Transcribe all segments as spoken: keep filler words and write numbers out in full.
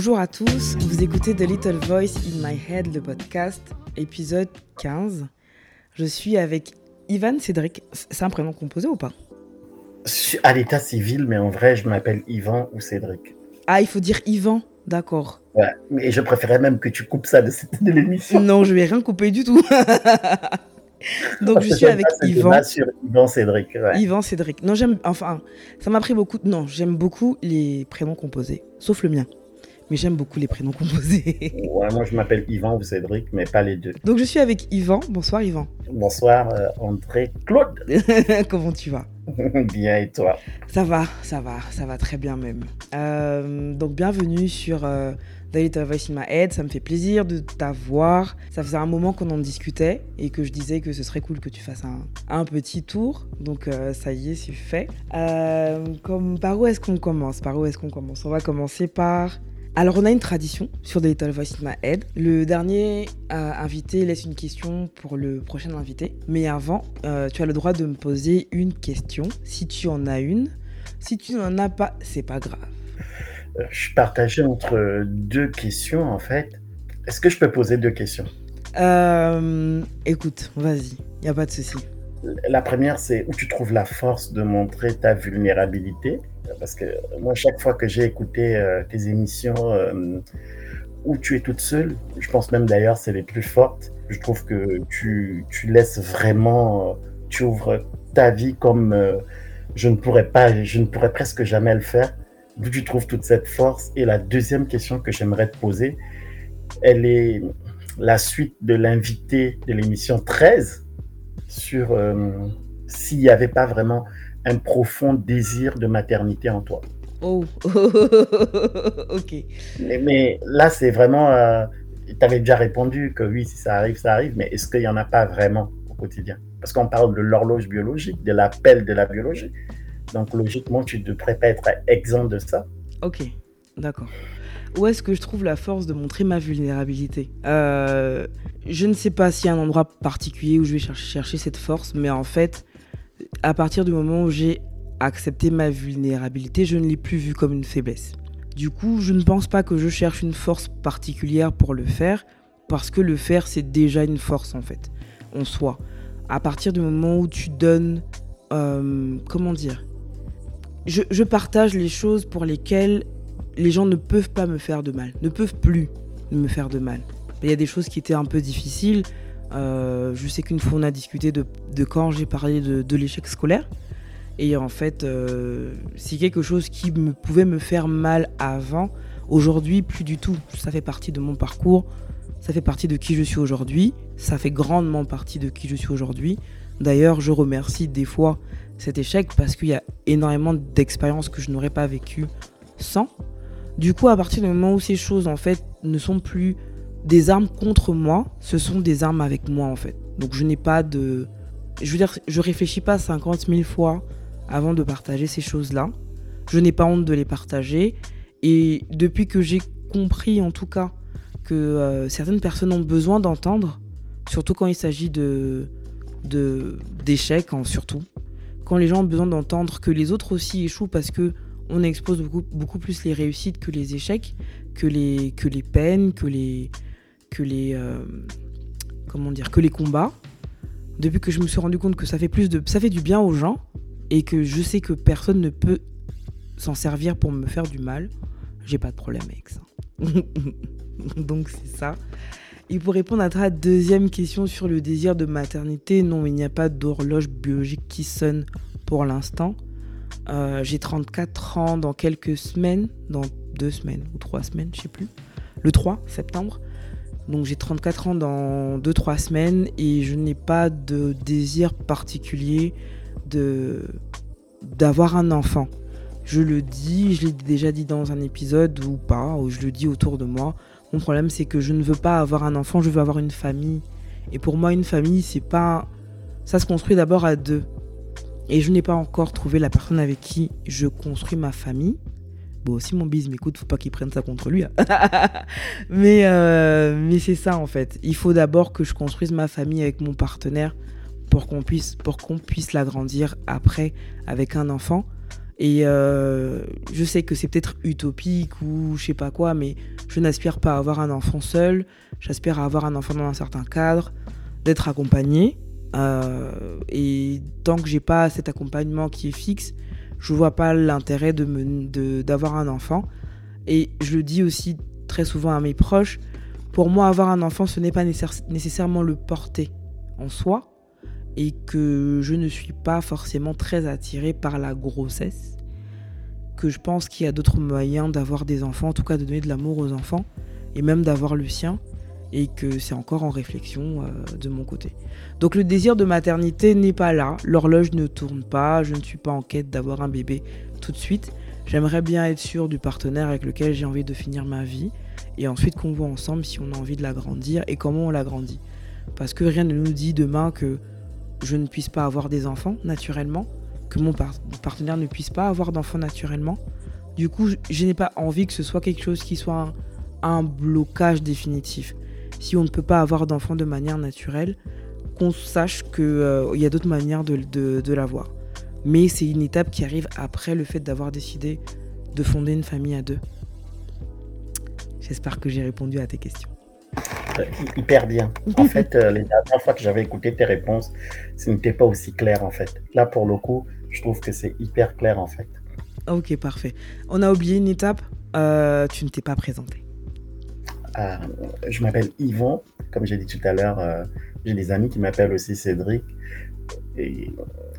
Bonjour à tous, vous écoutez The Little Voice in My Head, le podcast, épisode quinze. Je suis avec Ivan Cédric. C'est un prénom composé ou pas? Je suis à l'état civil, mais en vrai, je m'appelle Yvan ou Cédric. Ah, il faut dire Yvan, d'accord. Ouais, mais je préférais même que tu coupes ça de, cette, de l'émission. Non, je vais rien couper du tout. Donc je suis avec Yvan. Sur Yvan Cédric. Ouais. Yvan Cédric. Non, j'aime. Enfin, ça m'a pris beaucoup. Non, j'aime beaucoup les prénoms composés, sauf le mien. Mais j'aime beaucoup les prénoms composés. Ouais, moi je m'appelle Yvan ou Cédric, mais pas les deux. Donc je suis avec Yvan. Bonsoir Yvan. Bonsoir euh, André Claude. Comment tu vas? Bien, et toi? Ça va, ça va, ça va très bien même. Euh, donc bienvenue sur euh, The Little Voice in My Head. Ça me fait plaisir de t'avoir. Ça faisait un moment qu'on en discutait et que je disais que ce serait cool que tu fasses un, un petit tour. Donc euh, ça y est, c'est fait. Euh, comme, par où est-ce qu'on commence Par où est-ce qu'on commence On va commencer par... Alors, on a une tradition sur The Little Voice in My Head. Le dernier euh, invité laisse une question pour le prochain invité. Mais avant, euh, tu as le droit de me poser une question, si tu en as une. Si tu n'en as pas, c'est pas grave. Euh, je suis partagé entre deux questions, en fait. Est-ce que je peux poser deux questions? euh, Écoute, vas-y, il n'y a pas de souci. La première, c'est où tu trouves la force de montrer ta vulnérabilité. Parce que moi, chaque fois que j'ai écouté euh, tes émissions euh, où tu es toute seule, je pense même d'ailleurs c'est les plus fortes, je trouve que tu, tu laisses vraiment, euh, tu ouvres ta vie comme euh, je ne pourrais pas, je ne pourrais presque jamais le faire. D'où tu trouves toute cette force? Et la deuxième question que j'aimerais te poser, elle est la suite de l'invité de l'émission treize sur euh, s'il n'y avait pas vraiment un profond désir de maternité en toi. Oh, ok. Mais, mais là, c'est vraiment... Euh, tu avais déjà répondu que oui, si ça arrive, ça arrive, mais est-ce qu'il n'y en a pas vraiment au quotidien? Parce qu'on parle de l'horloge biologique, de l'appel de la biologie. Donc, logiquement, tu ne devrais pas être exempt de ça. Ok, d'accord. Où est-ce que je trouve la force de montrer ma vulnérabilité? euh, Je ne sais pas s'il y a un endroit particulier où je vais cher- chercher cette force, mais en fait... À partir du moment où j'ai accepté ma vulnérabilité, je ne l'ai plus vue comme une faiblesse. Du coup, je ne pense pas que je cherche une force particulière pour le faire, parce que le faire, c'est déjà une force en fait, en soi. À partir du moment où tu donnes... Euh, comment dire je, je partage les choses pour lesquelles les gens ne peuvent pas me faire de mal, ne peuvent plus me faire de mal. Il y a des choses qui étaient un peu difficiles. Euh, je sais qu'une fois on a discuté de, de quand j'ai parlé de, de l'échec scolaire et en fait euh, c'est quelque chose qui me, pouvait me faire mal avant. Aujourd'hui plus du tout, ça fait partie de mon parcours, ça fait partie de qui je suis aujourd'hui, ça fait grandement partie de qui je suis aujourd'hui. D'ailleurs je remercie des fois cet échec parce qu'il y a énormément d'expériences que je n'aurais pas vécues sans. Du coup à partir du moment où ces choses en fait ne sont plus des armes contre moi, ce sont des armes avec moi en fait. Donc je n'ai pas de... Je veux dire, je réfléchis pas cinquante mille fois avant de partager ces choses-là. Je n'ai pas honte de les partager. Et depuis que j'ai compris en tout cas que euh, certaines personnes ont besoin d'entendre, surtout quand il s'agit de, de, d'échecs, hein, surtout. Quand les gens ont besoin d'entendre que les autres aussi échouent parce que on expose beaucoup, beaucoup plus les réussites que les échecs, que les, que les peines, que les... que les euh, comment dire que les combats. Depuis que je me suis rendu compte que ça fait plus de ça fait du bien aux gens et que je sais que personne ne peut s'en servir pour me faire du mal, j'ai pas de problème avec ça. Donc c'est ça. Et pour répondre à ta deuxième question sur le désir de maternité, non, il n'y a pas d'horloge biologique qui sonne pour l'instant. Euh, j'ai trente-quatre ans dans quelques semaines, dans deux semaines ou trois semaines, je sais plus. Le trois septembre. Donc j'ai trente-quatre ans dans deux trois semaines et je n'ai pas de désir particulier de, d'avoir un enfant. Je le dis, je l'ai déjà dit dans un épisode ou pas, ou je le dis autour de moi. Mon problème c'est que je ne veux pas avoir un enfant, je veux avoir une famille. Et pour moi une famille c'est pas... Ça se construit d'abord à deux. Et je n'ai pas encore trouvé la personne avec qui je construis ma famille. Bon, si mon bise m'écoute, faut pas qu'il prenne ça contre lui. Hein. mais, euh, mais c'est ça en fait. Il faut d'abord que je construise ma famille avec mon partenaire pour qu'on puisse, pour qu'on puisse l'agrandir après avec un enfant. Et euh, je sais que c'est peut-être utopique ou je sais pas quoi, mais je n'aspire pas à avoir un enfant seul. J'aspire à avoir un enfant dans un certain cadre, d'être accompagné. Euh, et tant que j'ai pas cet accompagnement qui est fixe, je vois pas l'intérêt de me, de, d'avoir un enfant. Et je le dis aussi très souvent à mes proches, pour moi, avoir un enfant, ce n'est pas nécessaire- nécessairement le porter en soi, et que je ne suis pas forcément très attirée par la grossesse, que je pense qu'il y a d'autres moyens d'avoir des enfants, en tout cas de donner de l'amour aux enfants, et même d'avoir le sien, et que c'est encore en réflexion euh, de mon côté. Donc le désir de maternité n'est pas là, l'horloge ne tourne pas, je ne suis pas en quête d'avoir un bébé tout de suite. J'aimerais bien être sûre du partenaire avec lequel j'ai envie de finir ma vie, et ensuite qu'on voit ensemble si on a envie de l'agrandir et comment on l'agrandit. Parce que rien ne nous dit demain que je ne puisse pas avoir des enfants naturellement, que mon par- partenaire ne puisse pas avoir d'enfants naturellement. Du coup, je, je n'ai pas envie que ce soit quelque chose qui soit un, un blocage définitif. Si on ne peut pas avoir d'enfants de manière naturelle, qu'on sache qu'il euh, y a d'autres manières de, de, de l'avoir. Mais c'est une étape qui arrive après le fait d'avoir décidé de fonder une famille à deux. J'espère que j'ai répondu à tes questions. Euh, Hyper bien. En fait, euh, les dernières fois que j'avais écouté tes réponses, ce n'était pas aussi clair en fait. Là, pour le coup, je trouve que c'est hyper clair en fait. Ok, parfait. On a oublié une étape. Euh, tu ne t'es pas présenté. Euh, je m'appelle Yvon, comme j'ai dit tout à l'heure, euh, j'ai des amis qui m'appellent aussi Cédric. Et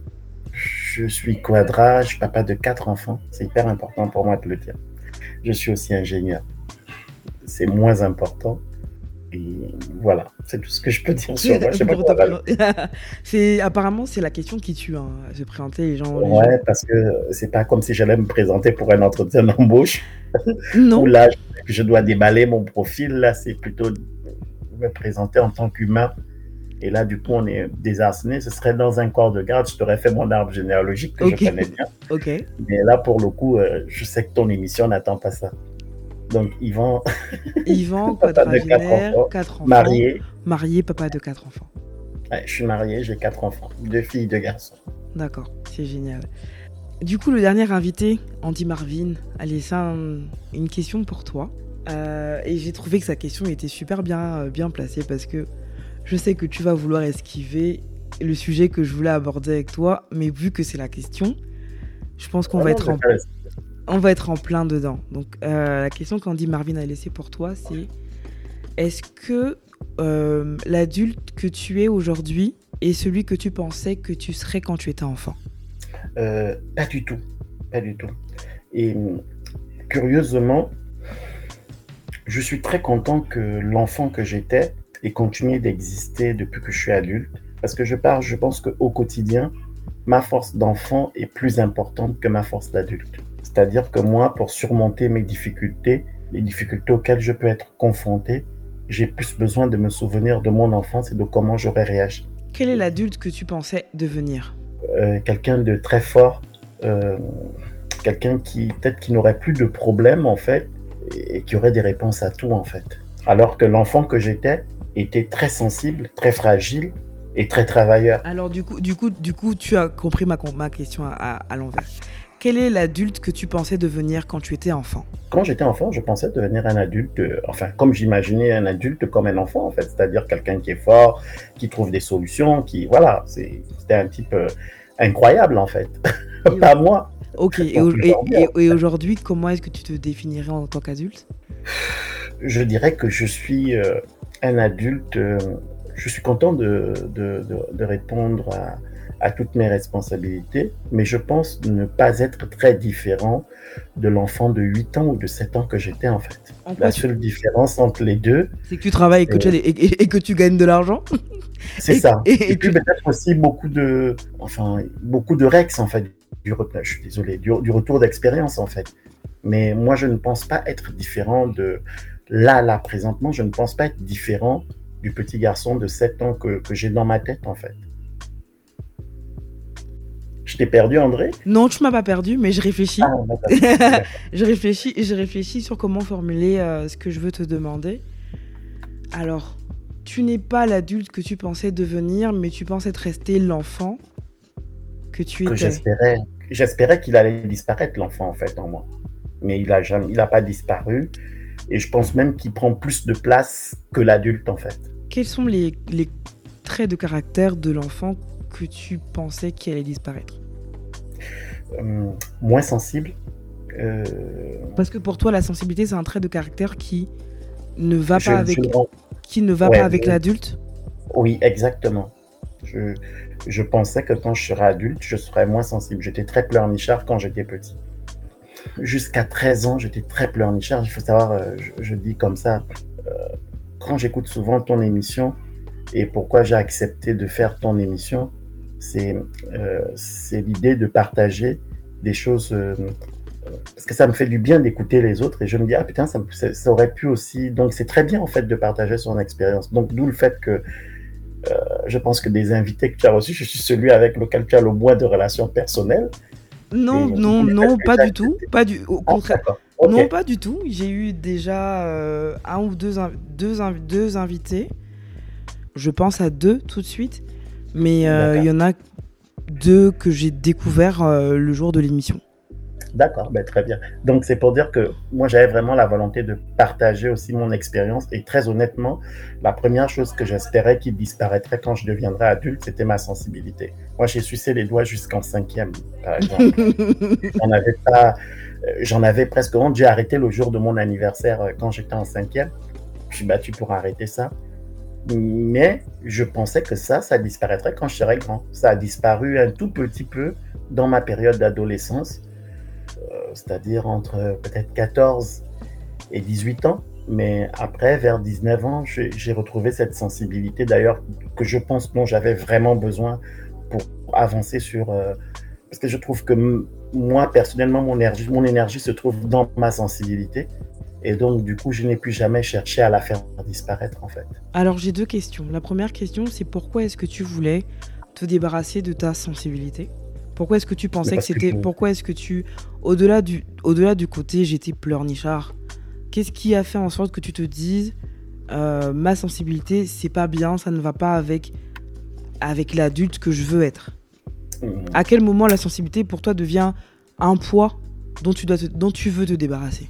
je suis quadra, je suis papa de quatre enfants. C'est hyper important pour moi de le dire. Je suis aussi ingénieur. C'est moins important. Et voilà, c'est tout ce que je peux dire sur moi. Je sais pas quoi rajouter. c'est, apparemment, c'est la question qui tue, hein, se présenter les gens. Les Ouais, gens. parce que c'est pas comme si j'allais me présenter pour un entretien d'embauche. Non. Où là, je, je dois déballer mon profil. Là, c'est plutôt me présenter en tant qu'humain. Et là, du coup, on est désarçonné. Ce serait dans un corps de garde. Je t'aurais fait mon arbre généalogique que Ok. je connais bien. Ok. Mais là, pour le coup, euh, je sais que ton émission n'attend pas ça. Donc, Yvan, Yvan, papa de quatre quadragénaire, enfants, quatre enfants. marié. Marié, papa de quatre enfants. Ouais, je suis marié, j'ai quatre enfants, deux filles, deux garçons. D'accord, c'est génial. Du coup, le dernier invité, Andy Marvin, a laissé un- une question pour toi. Euh, et j'ai trouvé que sa question était super bien, euh, bien placée parce que je sais que tu vas vouloir esquiver le sujet que je voulais aborder avec toi, mais vu que c'est la question, je pense qu'on Ah va non, être mais en, ça, on va être en plein dedans. Donc, euh, la question qu'Andy Marvin a laissée pour toi, c'est est-ce que euh, l'adulte que tu es aujourd'hui est celui que tu pensais que tu serais quand tu étais enfant? euh, pas du tout, pas du tout. Et curieusement, je suis très content que l'enfant que j'étais ait continué d'exister depuis que je suis adulte, parce que je pars, je pense qu'au quotidien, ma force d'enfant est plus importante que ma force d'adulte. C'est-à-dire que moi, pour surmonter mes difficultés, les difficultés auxquelles je peux être confronté, j'ai plus besoin de me souvenir de mon enfance et de comment j'aurais réagi. Quel est l'adulte que tu pensais devenir? Euh, quelqu'un de très fort, euh, quelqu'un qui peut-être qui n'aurait plus de problèmes en fait et qui aurait des réponses à tout en fait. Alors que l'enfant que j'étais était très sensible, très fragile et très travailleur. Alors du coup, du coup, du coup, tu as compris ma, ma question à, à, à l'envers. Quel est l'adulte que tu pensais devenir quand tu étais enfant? Quand j'étais enfant, je pensais devenir un adulte, euh, enfin, comme j'imaginais un adulte comme un enfant, en fait, c'est-à-dire quelqu'un qui est fort, qui trouve des solutions, qui, voilà, c'est, c'était un type euh, incroyable, en fait. Pas moi. Ok, et, au, et, et, et aujourd'hui, comment est-ce que tu te définirais en tant qu'adulte? Je dirais que je suis euh, un adulte, euh, je suis content de, de, de, de répondre à, à toutes mes responsabilités, mais je pense ne pas être très différent de l'enfant de huit ans ou de sept ans que j'étais en fait. En La seule tu... différence entre les deux, c'est que tu travailles et que, tu as des, et, et que tu gagnes de l'argent. C'est et, ça. Et, et, et puis tu... peut-être aussi beaucoup de, enfin, beaucoup de Rex en fait. Du, je suis désolé, du, du retour d'expérience en fait. Mais moi, je ne pense pas être différent de là, là, présentement, je ne pense pas être différent du petit garçon de sept ans que, que j'ai dans ma tête en fait. Je t'ai perdu, André? Non, tu m'as pas perdu, mais je réfléchis. Ah, je réfléchis, je réfléchis sur comment formuler euh, ce que je veux te demander. Alors, tu n'es pas l'adulte que tu pensais devenir, mais tu penses être resté l'enfant que tu que étais. J'espérais, j'espérais qu'il allait disparaître, l'enfant, en fait, en moi. Mais il a jamais, il a pas disparu. Et je pense même qu'il prend plus de place que l'adulte, en fait. Quels sont les, les traits de caractère de l'enfant que tu pensais qu'il allait disparaître? Euh, moins sensible. Euh, Parce que pour toi, la sensibilité, c'est un trait de caractère qui ne va je, pas je avec, le rends- qui ne va ouais, pas avec oui, l'adulte. oui, exactement. Je, je pensais que quand je serais adulte, je serais moins sensible. J'étais très pleurnichard quand j'étais petit. Jusqu'à treize ans, j'étais très pleurnichard. Il faut savoir, euh, je, je dis comme ça, euh, quand j'écoute souvent ton émission, et pourquoi j'ai accepté de faire ton émission, c'est euh, c'est l'idée de partager des choses, euh, parce que ça me fait du bien d'écouter les autres, et je me dis, ah putain, ça, me- ça, ça aurait pu aussi. Donc c'est très bien en fait de partager son expérience. Donc d'où le fait que euh, je pense que des invités que tu as reçus, je suis celui avec lequel tu as le moins de relations personnelles, Non, et non, d'où le fait non, que pas j'ai du tout. accepté. Pas du, au Ah contraire. d'accord, Non, ok, pas du tout. J'ai eu déjà euh, un ou deux, inv- deux, inv- deux invités. Je pense à deux tout de suite. Mais euh, il d'accord. y en a deux que j'ai découvert euh, le jour de l'émission. D'accord, ben, très bien. Donc, c'est pour dire que moi, j'avais vraiment la volonté de partager aussi mon expérience. Et très honnêtement, la première chose que j'espérais qui disparaîtrait quand je deviendrais adulte, c'était ma sensibilité. Moi, j'ai sucé les doigts jusqu'en cinquième, par exemple. J'en avais pas, euh, j'en avais presque honte. J'ai arrêté le jour de mon anniversaire euh, quand j'étais en cinquième. Je suis battu pour arrêter ça. Mais je pensais que ça, ça disparaîtrait quand je serais grand. Ça a disparu un tout petit peu dans ma période d'adolescence, c'est-à-dire entre peut-être quatorze et dix-huit ans. Mais après, vers dix-neuf ans, j'ai j'ai retrouvé cette sensibilité, d'ailleurs, que je pense dont j'avais vraiment besoin pour avancer sur... euh, parce que je trouve que m- moi, personnellement, mon énergie, mon énergie se trouve dans ma sensibilité. Et donc, du coup, je n'ai plus jamais cherché à la faire disparaître, en fait. Alors j'ai deux questions. La première question, c'est pourquoi est-ce que tu voulais te débarrasser de ta sensibilité? Pourquoi est-ce que tu Mais pensais que parce que c'était... je... Pourquoi est-ce que tu... Au-delà du, au-delà du côté j'étais pleurnichard, qu'est-ce qui a fait en sorte que tu te dises euh, ma sensibilité, c'est pas bien, ça ne va pas avec, avec l'adulte que je veux être? À quel moment la sensibilité pour toi devient un poids dont tu, dois te- dont tu veux te débarrasser?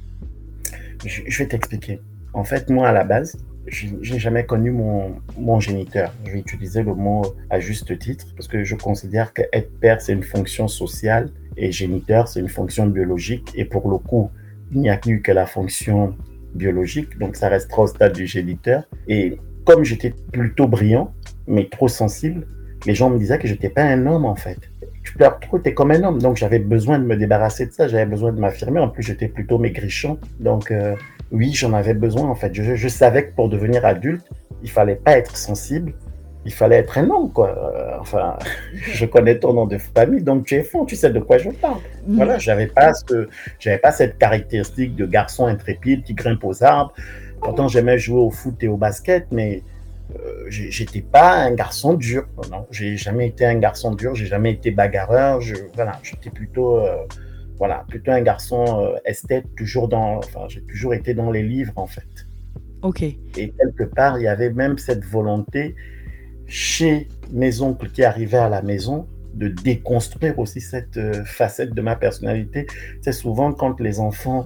Je, je vais t'expliquer. En fait, moi, à la base, je n'ai jamais connu mon, mon géniteur. Je vais utiliser le mot à juste titre parce que je considère qu'être père, c'est une fonction sociale et géniteur, c'est une fonction biologique. Et pour le coup, il n'y a plus que la fonction biologique, donc ça restera au stade du géniteur. Et comme j'étais plutôt brillant, mais trop sensible, les gens me disaient que j'étais pas un homme en fait. Tu pleures trop, t'es comme un homme. Donc j'avais besoin de me débarrasser de ça, j'avais besoin de m'affirmer. En plus, j'étais plutôt maigrichon. Donc euh, oui, j'en avais besoin en fait. Je, je savais que pour devenir adulte, il fallait pas être sensible, il fallait être un homme quoi. Euh, enfin, je connais ton nom de famille, donc tu es fond, tu sais de quoi je parle. Voilà, j'avais pas ce, j'avais pas cette caractéristique de garçon intrépide qui grimpe aux arbres. Pourtant, j'aimais jouer au foot et au basket, mais euh, j'étais pas un garçon dur. Non, j'ai jamais été un garçon dur. J'ai jamais été bagarreur. Je, voilà, j'étais plutôt, euh, voilà, plutôt un garçon euh, esthète. Toujours dans, enfin, j'ai toujours été dans les livres en fait. Ok. Et quelque part, il y avait même cette volonté chez mes oncles qui arrivaient à la maison de déconstruire aussi cette euh, facette de ma personnalité. C'est souvent quand les enfants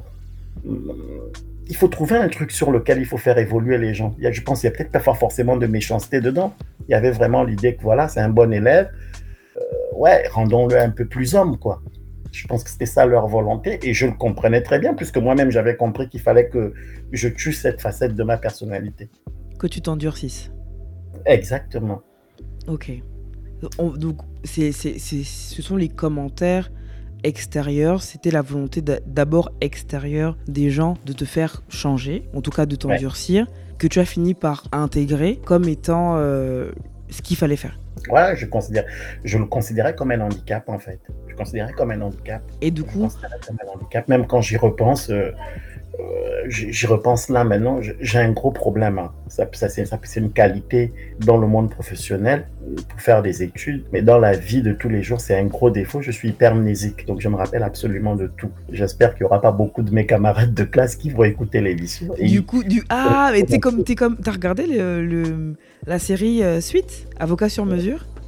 il faut trouver un truc sur lequel il faut faire évoluer les gens. Il y a, je pense qu'il n'y a peut-être pas forcément de méchanceté dedans. Il y avait vraiment l'idée que voilà, c'est un bon élève. Euh, ouais, rendons-le un peu plus homme, quoi. Je pense que c'était ça leur volonté et je le comprenais très bien puisque moi-même j'avais compris qu'il fallait que je tue cette facette de ma personnalité. Que tu t'endurcisses. Exactement. Ok. On- donc, c'est, c'est, c'est- ce sont les commentaires extérieurs. C'était la volonté d'a- d'abord extérieure des gens de te faire changer, en tout cas de Ouais. t'endurcir, que tu as fini par intégrer comme étant euh, ce qu'il fallait faire. Ouais, je considère, je le considérais comme un handicap en fait. Je le considérais comme un handicap. Et du Je le coup, considérais comme un handicap. Même quand j'y repense, euh, euh, j'y j'y repense là maintenant, j'ai j'ai un gros problème. Hein. Ça, ça, c'est ça, c'est une qualité dans le monde professionnel pour faire des études, mais dans la vie de tous les jours, c'est un gros défaut. Je suis hypermnésique, donc je me rappelle absolument de tout. J'espère qu'il n'y aura pas beaucoup de mes camarades de classe qui vont écouter l'émission. Et du ils- coup, du ah, mais t'es comme, t'es comme, t'as regardé le, le- la série euh, Suite, Avocat sur mesure?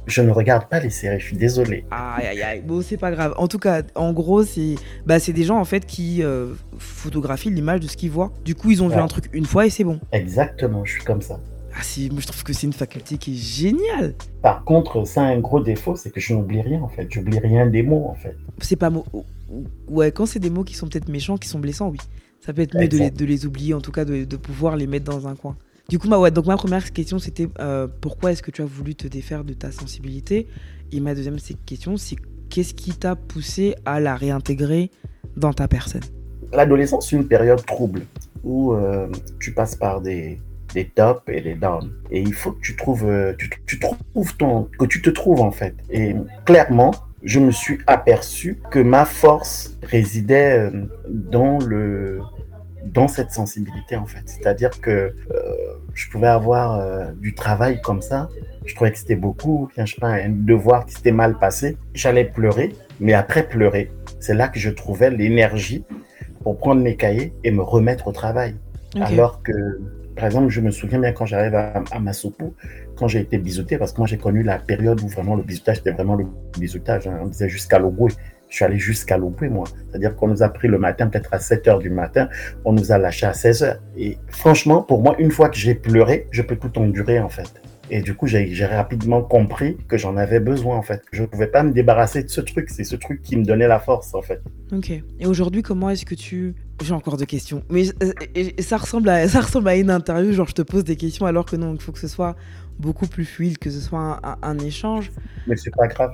Je ne regarde pas les séries, je suis désolé. Aïe, aïe, aïe. Bon, c'est pas grave. En tout cas, en gros, c'est bah, c'est des gens en fait qui euh, photographient l'image de ce qu'ils voient. Du coup, ils ont vu Ouais, un truc une fois et c'est bon. exactement, je suis comme ça. Ah, c'est, moi, je trouve que c'est une faculté qui est géniale. Par contre, ça a un gros défaut, c'est que je n'oublie rien en fait. J'oublie rien des mots en fait. C'est pas mo- Ouais, quand c'est des mots qui sont peut-être méchants, qui sont blessants, oui. Ça peut être mieux de les, Exact. de les oublier, en tout cas de, de pouvoir les mettre dans un coin. Du coup, ma, ouais, donc ma première question, c'était euh, pourquoi est-ce que tu as voulu te défaire de ta sensibilité? Et ma deuxième c'est- question, c'est qu'est-ce qui t'a poussé à la réintégrer dans ta personne? L'adolescence, c'est une période trouble où euh, tu passes par des, des tops et des downs. Et il faut que tu trouves, euh, tu, tu trouves ton, que tu te trouves en fait. Et clairement, je me suis aperçu que ma force résidait euh, dans le, dans cette sensibilité en fait. C'est-à-dire que euh, je pouvais avoir euh, du travail comme ça. Je trouvais que c'était beaucoup. Bien, je sais pas, un devoir qui s'était mal passé. J'allais pleurer, mais après pleurer, c'est là que je trouvais l'énergie pour prendre mes cahiers et me remettre au travail. Ok. Alors que, par exemple, je me souviens bien quand j'arrive à, à Massopo, quand j'ai été bizuté, parce que moi j'ai connu la période où vraiment le bizutage, c'était vraiment le bizutage. Hein. On disait jusqu'à l'Oboué. Je suis allé jusqu'à l'Oboué, moi. C'est-à-dire qu'on nous a pris le matin, peut-être à sept heures du matin, on nous a lâchés à seize heures. Et franchement, pour moi, une fois que j'ai pleuré, je peux tout endurer, en fait. Et du coup, j'ai, j'ai rapidement compris que j'en avais besoin, en fait. Je ne pouvais pas me débarrasser de ce truc. C'est ce truc qui me donnait la force, en fait. Ok. Et aujourd'hui, comment est-ce que tu... J'ai encore deux questions. Mais euh, et- et ça, ressemble à, ça ressemble à une interview, genre je te pose des questions alors que non, il faut que ce soit beaucoup plus fluide, que ce soit un, un- un échange. Mais c'est pas grave.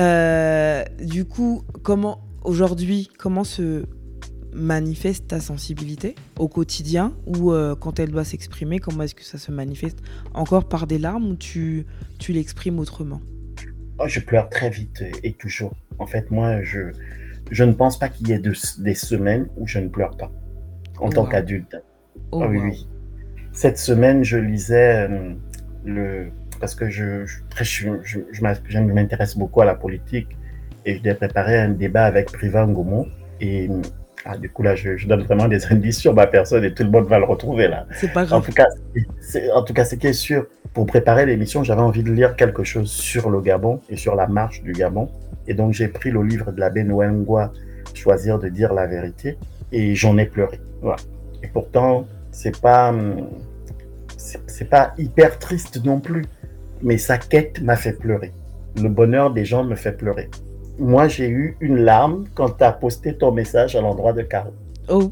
Euh, du coup, comment aujourd'hui, comment se manifeste ta sensibilité au quotidien ou euh, quand elle doit s'exprimer, comment est-ce que ça se manifeste? Encore par des larmes ou tu, tu l'exprimes autrement? Oh, je pleure très vite et toujours. En fait, moi, je, je ne pense pas qu'il y ait de, des semaines où je ne pleure pas en Oh tant waouh. qu'adulte. Oh Ah oui, waouh. oui. Cette semaine, je lisais euh, le... Parce que je, je, très- je, je, je m'a- je m'intéresse beaucoup à la politique et je devais préparer un débat avec Priva Ngomo. Et ah, du coup, là, je, je donne vraiment des indices sur ma personne et tout le monde va le retrouver là. C'est pas En grave. tout cas, c'est, en tout cas, ce qui est sûr, pour préparer l'émission, j'avais envie de lire quelque chose sur le Gabon et sur la marche du Gabon. Et donc, j'ai pris le livre de l'abbé Noëngwa, Choisir de dire la vérité, et j'en ai pleuré. Voilà. Et pourtant, c'est pas, hum, c'est, c'est pas hyper triste non plus, mais sa quête m'a fait pleurer. Le bonheur des gens me fait pleurer. Moi, j'ai eu une larme quand tu as posté ton message à l'endroit de Caro. Oh.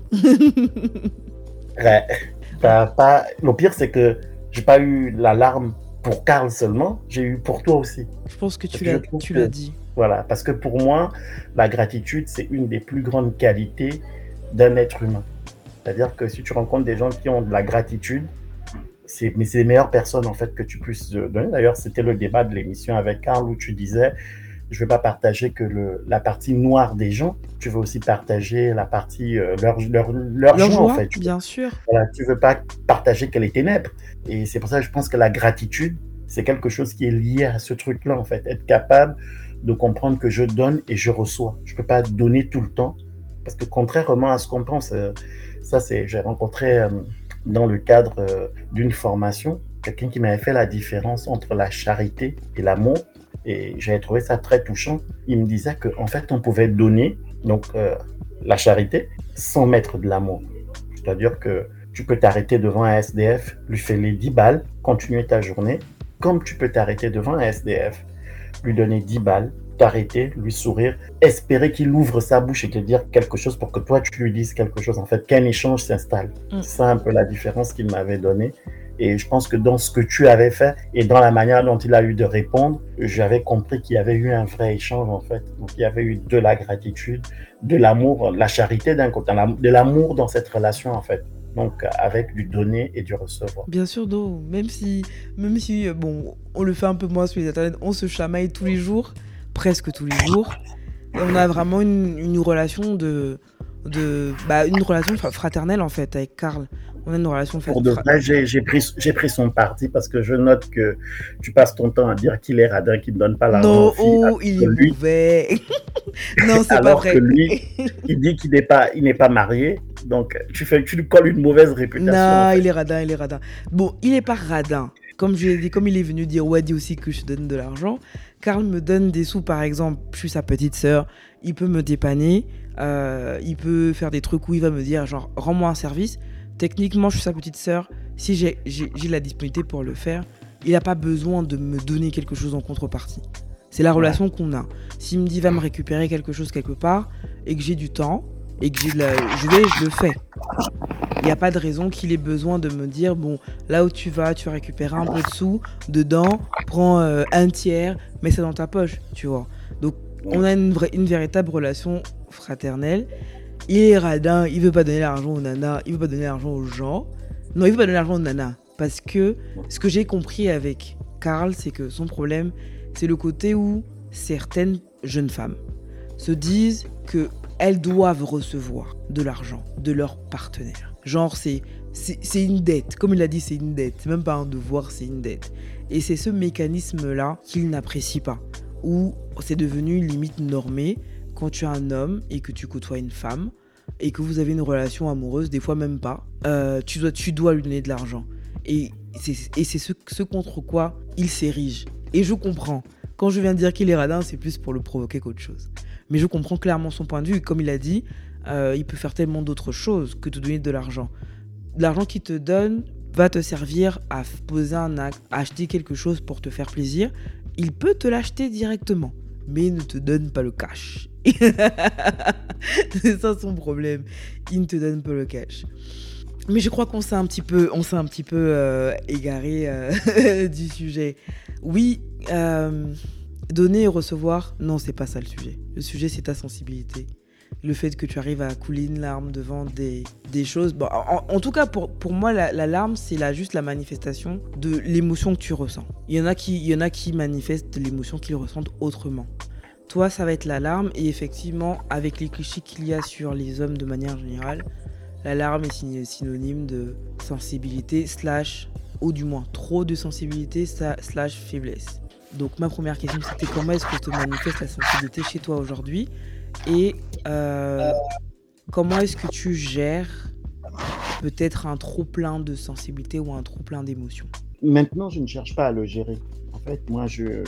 Ouais. T'as pas... Le pire, c'est que j'ai pas eu la larme pour Karl seulement, j'ai eu pour toi aussi. Je pense que Parce tu que je l'as, trouve tu que, l'as dit. voilà, parce que pour moi, la gratitude, c'est une des plus grandes qualités d'un être humain. C'est-à-dire que si tu rencontres des gens qui ont de la gratitude, c'est, mais c'est les meilleures personnes en fait que tu puisses donner. D'ailleurs, c'était le débat de l'émission avec Karl où tu disais, je ne vais pas partager que le, la partie noire des gens, tu veux aussi partager la partie, euh, leur, leur, leur Leur joie en joie, fait. Tu bien sûr. voilà, tu veux pas partager que les ténèbres. Et c'est pour ça que je pense que la gratitude, c'est quelque chose qui est lié à ce truc-là, en fait. Être capable de comprendre que je donne et je reçois. Je peux pas donner tout le temps. Parce que contrairement à ce qu'on pense, euh, ça, c'est, j'ai rencontré euh, dans le cadre euh, d'une formation, quelqu'un qui m'avait fait la différence entre la charité et l'amour. Et j'avais trouvé ça très touchant. Il me disait qu'en fait, on pouvait donner, donc euh, la charité, sans mettre de l'amour. C'est-à-dire que tu peux t'arrêter devant un S D F, lui filer dix balles, continuer ta journée, comme tu peux t'arrêter devant un S D F, lui donner dix balles, t'arrêter, lui sourire, espérer qu'il ouvre sa bouche et te dire quelque chose pour que toi tu lui dises quelque chose. En fait, qu'un échange s'installe. Mm. C'est ça un peu la différence qu'il m'avait donnée. Et je pense que dans ce que tu avais fait et dans la manière dont il a eu de répondre, j'avais compris qu'il y avait eu un vrai échange en fait. Donc il y avait eu de la gratitude, de l'amour, la charité d'un côté, de l'amour dans cette relation en fait. Donc avec du donner et du recevoir. Bien sûr, non. Même si, même si, euh, bon, on le fait un peu moins sur les internets, on se chamaille tous les jours, presque tous les jours. Et on a vraiment une, une relation de, de, bah, une relation fra- fraternelle en fait avec Karl. On a une relation Pour de fra- vrai, j'ai, j'ai, pris, j'ai pris son parti parce que je note que tu passes ton temps à dire qu'il est radin, qu'il ne donne pas l'argent Non, aux filles. oh, il est lui, mauvais. Non, c'est pas alors que vrai. lui, il dit qu'il n'est pas, il n'est pas marié. Donc tu, fais, tu lui colles une mauvaise réputation. Non, En fait. il est radin, il est radin. Bon, il est pas radin. Comme, je l'ai dit, comme il est venu dire, ouais, dis aussi que je te donne de l'argent, Karl me donne des sous, par exemple, je suis sa petite sœur, il peut me dépanner, euh, il peut faire des trucs où il va me dire, genre, rends-moi un service. Techniquement, je suis sa petite sœur, si j'ai, j'ai, j'ai la disponibilité pour le faire, il n'a pas besoin de me donner quelque chose en contrepartie. C'est la relation ouais. qu'on a. S'il me dit, va me récupérer quelque chose quelque part, et que j'ai du temps, et que j'ai de la... je vais, je le fais. Il n'y a pas de raison qu'il ait besoin de me dire, bon, là où tu vas, tu vas récupérer un peu de sous, dedans, prends euh, un tiers, mets ça dans ta poche, tu vois. Donc, on a une, vraie, une véritable relation fraternelle. Il est radin, il veut pas donner l'argent aux nanas, il veut pas donner l'argent aux gens. Non, il veut pas donner l'argent aux nanas. Parce que ce que j'ai compris avec Karl, c'est que son problème, c'est le côté où certaines jeunes femmes se disent qu'elles doivent recevoir de l'argent de leur partenaire. Genre, c'est, c'est, c'est une dette. Comme il a dit, c'est une dette. C'est même pas un devoir, c'est une dette. Et c'est ce mécanisme-là qu'il n'apprécie pas. Où c'est devenu limite normé quand tu es un homme et que tu côtoies une femme et que vous avez une relation amoureuse, des fois même pas, euh, tu, dois, tu dois lui donner de l'argent. Et c'est, et c'est ce, ce contre quoi il s'érige. Et je comprends. Quand je viens de dire qu'il est radin, c'est plus pour le provoquer qu'autre chose. Mais je comprends clairement son point de vue. Comme il a dit, euh, il peut faire tellement d'autres choses que te donner de l'argent. L'argent qu'il te donne va te servir à poser un acte, à acheter quelque chose pour te faire plaisir. Il peut te l'acheter directement, mais il ne te donne pas le cash. C'est ça son problème. Il ne te donne pas le cash. Mais je crois qu'on s'est un petit peu, on s'est un petit peu euh, égaré euh, du sujet. Oui, euh, donner et recevoir, non, c'est pas ça le sujet. Le sujet, c'est ta sensibilité. Le fait que tu arrives à couler une larme devant des, des choses. Bon, en, en tout cas, pour, pour moi, la, la larme, c'est la, juste la manifestation de l'émotion que tu ressens. Il y en a qui, il y en a qui manifestent l'émotion qu'ils ressentent autrement. Toi, ça va être la larme. Et effectivement, avec les clichés qu'il y a sur les hommes de manière générale, la larme est synonyme de sensibilité, slash, ou du moins trop de sensibilité, slash faiblesse. Donc ma première question, c'était comment est-ce que te manifeste la sensibilité chez toi aujourd'hui ? Et euh, comment est-ce que tu gères peut-être un trop-plein de sensibilité ou un trop-plein d'émotions ? Maintenant, je ne cherche pas à le gérer. En fait, moi, je,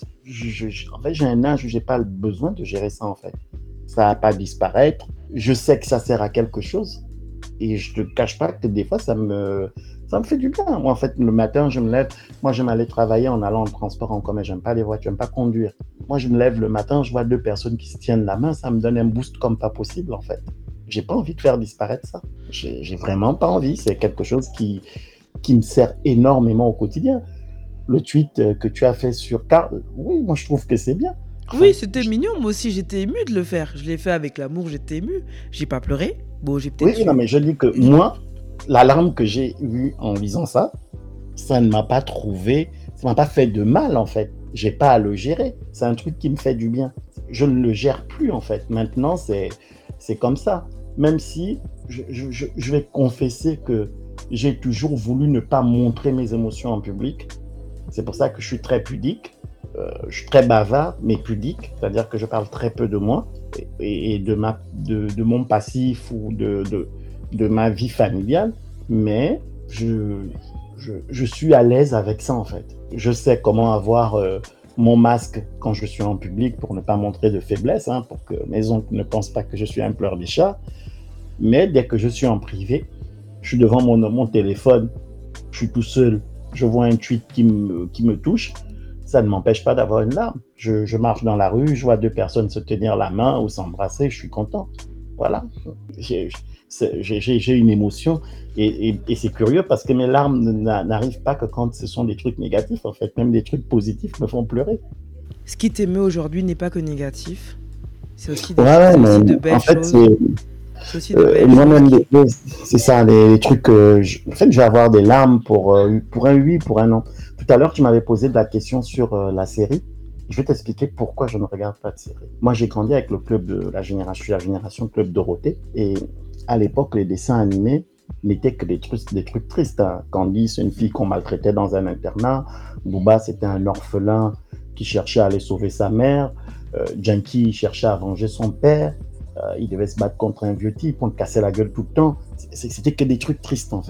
je, je, en fait, j'ai un âge où je n'ai pas le besoin de gérer ça, en fait. Ça ne va pas disparaître. Je sais que ça sert à quelque chose. Et je ne te cache pas que des fois, ça me, ça me fait du bien. Moi, en fait, le matin, je me lève. Moi, j'aime aller travailler en allant en transport en commun. Je n'aime pas les voitures, je n'aime pas conduire. Moi, je me lève le matin, je vois deux personnes qui se tiennent la main. Ça me donne un boost comme pas possible, en fait. Je n'ai pas envie de faire disparaître ça. J'ai, j'ai vraiment pas envie. C'est quelque chose qui, qui me sert énormément au quotidien. Le tweet que tu as fait sur Karl, oui, moi, je trouve que c'est bien. Enfin, oui, c'était je... mignon. Moi aussi, j'étais émue de le faire. Je l'ai fait avec l'amour, j'étais émue. J'ai pas pleuré. Bon, j'ai peut-être... Oui, non, mais je dis que moi, la larme que j'ai eue en lisant ça, ça ne m'a pas trouvé, ça ne m'a pas fait de mal, en fait. Je n'ai pas à le gérer. C'est un truc qui me fait du bien. Je ne le gère plus, en fait. Maintenant, c'est, c'est comme ça. Même si je, je, je vais confesser que j'ai toujours voulu ne pas montrer mes émotions en public. C'est pour ça que je suis très pudique. Euh, je suis très bavard, mais pudique, c'est-à-dire que je parle très peu de moi et, et de, ma, de, de mon passif ou de, de, de ma vie familiale, mais je, je, je suis à l'aise avec ça en fait. Je sais comment avoir euh, mon masque quand je suis en public pour ne pas montrer de faiblesse, hein, pour que mes oncles ne pensent pas que je suis un pleur des chats, mais dès que je suis en privé, je suis devant mon, mon téléphone, je suis tout seul, je vois un tweet qui me, qui me touche, ça ne m'empêche pas d'avoir une larme. Je, je marche dans la rue, je vois deux personnes se tenir la main ou s'embrasser, je suis content. Voilà. J'ai, j'ai, j'ai une émotion et, et, et c'est curieux parce que mes larmes n'arrivent pas que quand ce sont des trucs négatifs. En fait, même des trucs positifs me font pleurer. Ce qui t'émeut aujourd'hui n'est pas que négatif. C'est aussi, des, ouais, c'est mais aussi de belles en fait, choses. C'est, c'est aussi de belles euh, moi-même, choses. Qui... c'est ça, les, les trucs. Euh, je, en fait, je vais avoir des larmes pour, euh, pour un oui, pour un non. Tout à l'heure, tu m'avais posé de la question sur euh, la série. Je vais t'expliquer pourquoi je ne regarde pas de série. Moi, j'ai grandi avec le club de la génération, je suis la génération Club Dorothée. Et à l'époque, les dessins animés n'étaient que des trucs, des trucs tristes. Hein. Candy, c'est une fille qu'on maltraitait dans un internat. Booba, c'était un orphelin qui cherchait à aller sauver sa mère. Euh, Junkie cherchait à venger son père. Euh, il devait se battre contre un vieux type, on le cassait la gueule tout le temps. C'était que des trucs tristes, en fait.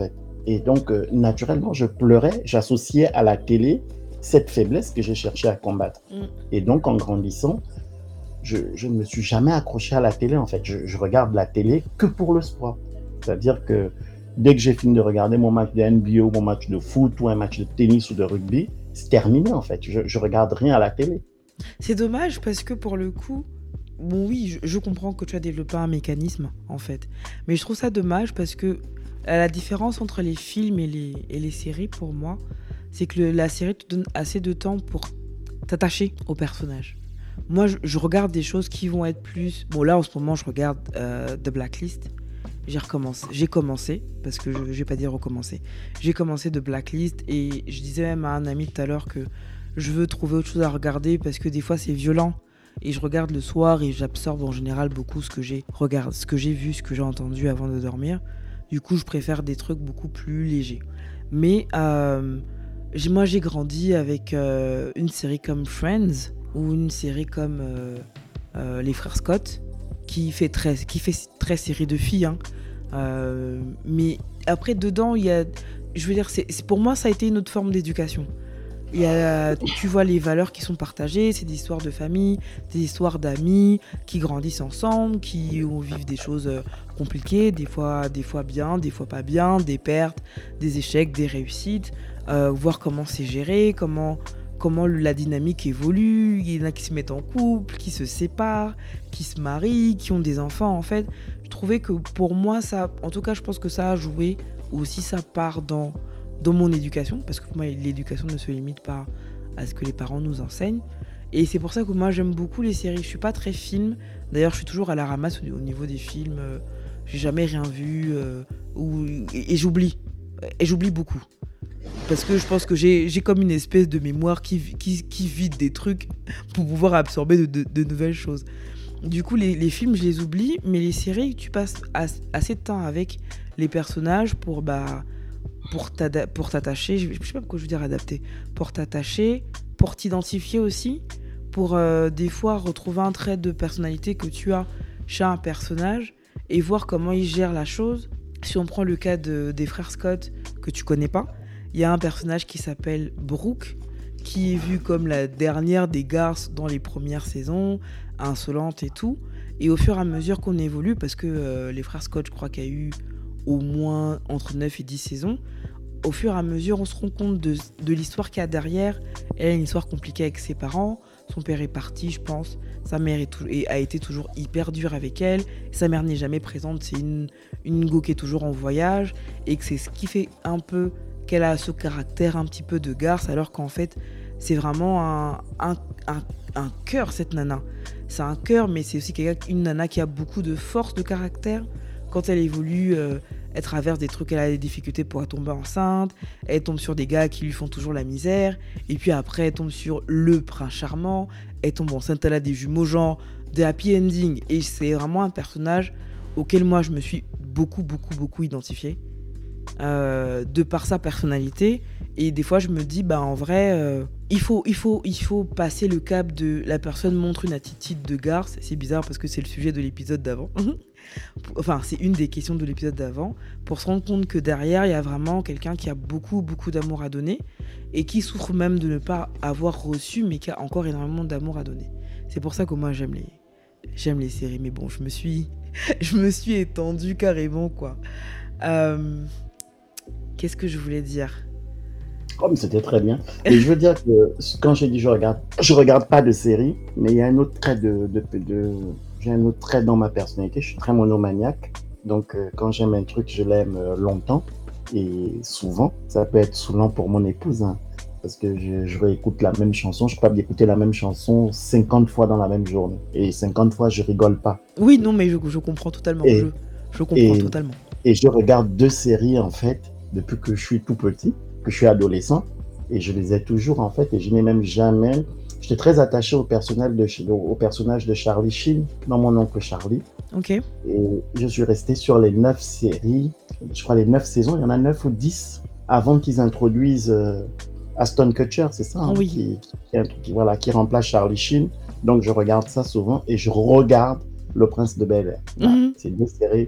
Et donc, euh, naturellement, je pleurais, j'associais à la télé cette faiblesse que j'ai cherché à combattre. Mm. Et donc, en grandissant, je, je ne me suis jamais accroché à la télé, en fait. Je, je regarde la télé que pour le sport. C'est-à-dire que dès que j'ai fini de regarder mon match de N B A ou mon match de foot ou un match de tennis ou de rugby, c'est terminé, en fait. Je, je regarde rien à la télé. C'est dommage parce que pour le coup, bon oui, je, je comprends que tu as développé un mécanisme en fait, mais je trouve ça dommage parce que euh, la différence entre les films et les, et les séries pour moi, c'est que le- la série te donne assez de temps pour t'attacher au personnage. Moi, je, je regarde des choses qui vont être plus... Bon là, en ce moment, je regarde euh, The Blacklist. J'ai recommencé, j'ai commencé, parce que je, je vais pas dire recommencer. J'ai commencé The Blacklist et je disais même à un ami tout à l'heure que je veux trouver autre chose à regarder parce que des fois c'est violent et je regarde le soir et j'absorbe en général beaucoup ce que j'ai regarde, ce que j'ai vu, ce que j'ai entendu avant de dormir. Du coup, je préfère des trucs beaucoup plus légers. Mais euh, j'ai- moi, j'ai grandi avec euh, une série comme Friends ou une série comme euh, euh, Les Frères Scott qui fait très, qui fait très série de filles, hein. Euh, mais après, dedans, il y a, je veux dire, c'est, c'est- pour moi, ça a été une autre forme d'éducation. Il y a, tu vois les valeurs qui sont partagées, c'est des histoires de famille, des histoires d'amis qui grandissent ensemble, qui ont- vivent des choses euh, compliquées, des fois, des fois bien, des fois pas bien, des pertes, des échecs, des réussites, euh, voir comment c'est géré, comment, comment la dynamique évolue. Il y en a qui se mettent en couple, qui se séparent, qui se marient, qui ont des enfants. En fait, je trouvais que pour moi, ça, en tout cas, je pense que ça a joué aussi sa part dans dans mon éducation, parce que pour moi, l'éducation ne se limite pas à ce que les parents nous enseignent. Et c'est pour ça que moi, j'aime beaucoup les séries. Je suis pas très film. D'ailleurs, je suis toujours à la ramasse au au niveau des films. Euh, J'ai jamais rien vu. euh, ou, et, et j'oublie. Et j'oublie beaucoup. Parce que je pense que j'ai j'ai comme une espèce de mémoire qui, vi- qui, qui vide des trucs pour pouvoir absorber de, de- de nouvelles choses. Du coup, les, les films, je les oublie, mais les séries, tu passes as- assez de temps avec les personnages pour, bah, pour t'ada- pour t'attacher, je, je sais pas pourquoi je veux dire adapter, pour t'attacher, pour t'identifier aussi, pour euh, des fois retrouver un trait de personnalité que tu as chez un personnage et voir comment il gère la chose. Si on prend le cas de- des frères Scott que tu connais pas, il y a un personnage qui s'appelle Brooke, qui est vu comme la dernière des garces dans les premières saisons, insolente et tout. Et au fur et à mesure qu'on évolue, parce que euh, les frères Scott, je crois qu'il y a eu au moins entre neuf et dix saisons, au fur et à mesure, on se rend compte de, de l'histoire qu'il y a derrière. Elle a une histoire compliquée avec ses parents. Son père est parti, je pense. Sa mère est tou- et a été toujours hyper dure avec elle. Sa mère n'est jamais présente. C'est une, une go qui est toujours en voyage. Et que c'est ce qui fait un peu qu'elle a ce caractère un petit peu de garce, alors qu'en fait, c'est vraiment un, un, un, un cœur, cette nana. C'est un cœur, mais c'est aussi quelqu'un- une nana qui a beaucoup de force de caractère. Quand elle évolue, euh, elle traverse des trucs, elle a des difficultés pour tomber enceinte, elle tombe sur des gars qui lui font toujours la misère, et puis après elle tombe sur le prince charmant, elle tombe enceinte, elle a des jumeaux genre de happy ending, et c'est vraiment un personnage auquel moi je me suis beaucoup beaucoup beaucoup identifiée, euh, de par sa personnalité. Et des fois je me dis bah en vrai euh, il faut il faut il faut passer le cap de la personne montre une attitude de garce. C'est bizarre parce que c'est le sujet de l'épisode d'avant. Enfin, c'est une des questions de l'épisode d'avant, pour se rendre compte que derrière il y a vraiment quelqu'un qui a beaucoup beaucoup d'amour à donner et qui souffre même de ne pas avoir reçu, mais qui a encore énormément d'amour à donner. C'est pour ça que moi j'aime les j'aime les séries. Mais bon, je me suis je me suis étendue carrément quoi. Euh, Qu'est-ce que je voulais dire? Comme c'était très bien. Et je veux dire que quand j'ai dit je regarde, je regarde pas de séries, mais il y a un autre trait de, de, de- j'ai un autre trait dans ma personnalité. Je suis très monomaniaque. Donc euh, quand j'aime un truc, je l'aime euh, longtemps et souvent. Ça peut être saoulant pour mon épouse, hein, parce que je, je réécoute la même chanson. Je suis capable d'écouter la même chanson cinquante fois dans la même journée. Et cinquante fois, je rigole pas. Oui, non, mais je, je comprends totalement. Je, Et, je comprends et, totalement. et je regarde deux séries en fait depuis que je suis tout petit, que je suis adolescent, et je les ai toujours en fait, et je n'ai même jamais. J'étais très attaché au personnage de, au personnage de Charlie Sheen dans Mon oncle Charlie, Ok. et je suis resté sur les neuf séries, je crois les neuf saisons, il y en a neuf ou dix avant qu'ils introduisent euh, Aston Kutcher, c'est ça, hein, Oui. qui, qui, qui, voilà, qui remplace Charlie Sheen. Donc je regarde ça souvent et je regarde Le Prince de Bel-Air. Voilà. Mhm. C'est deux séries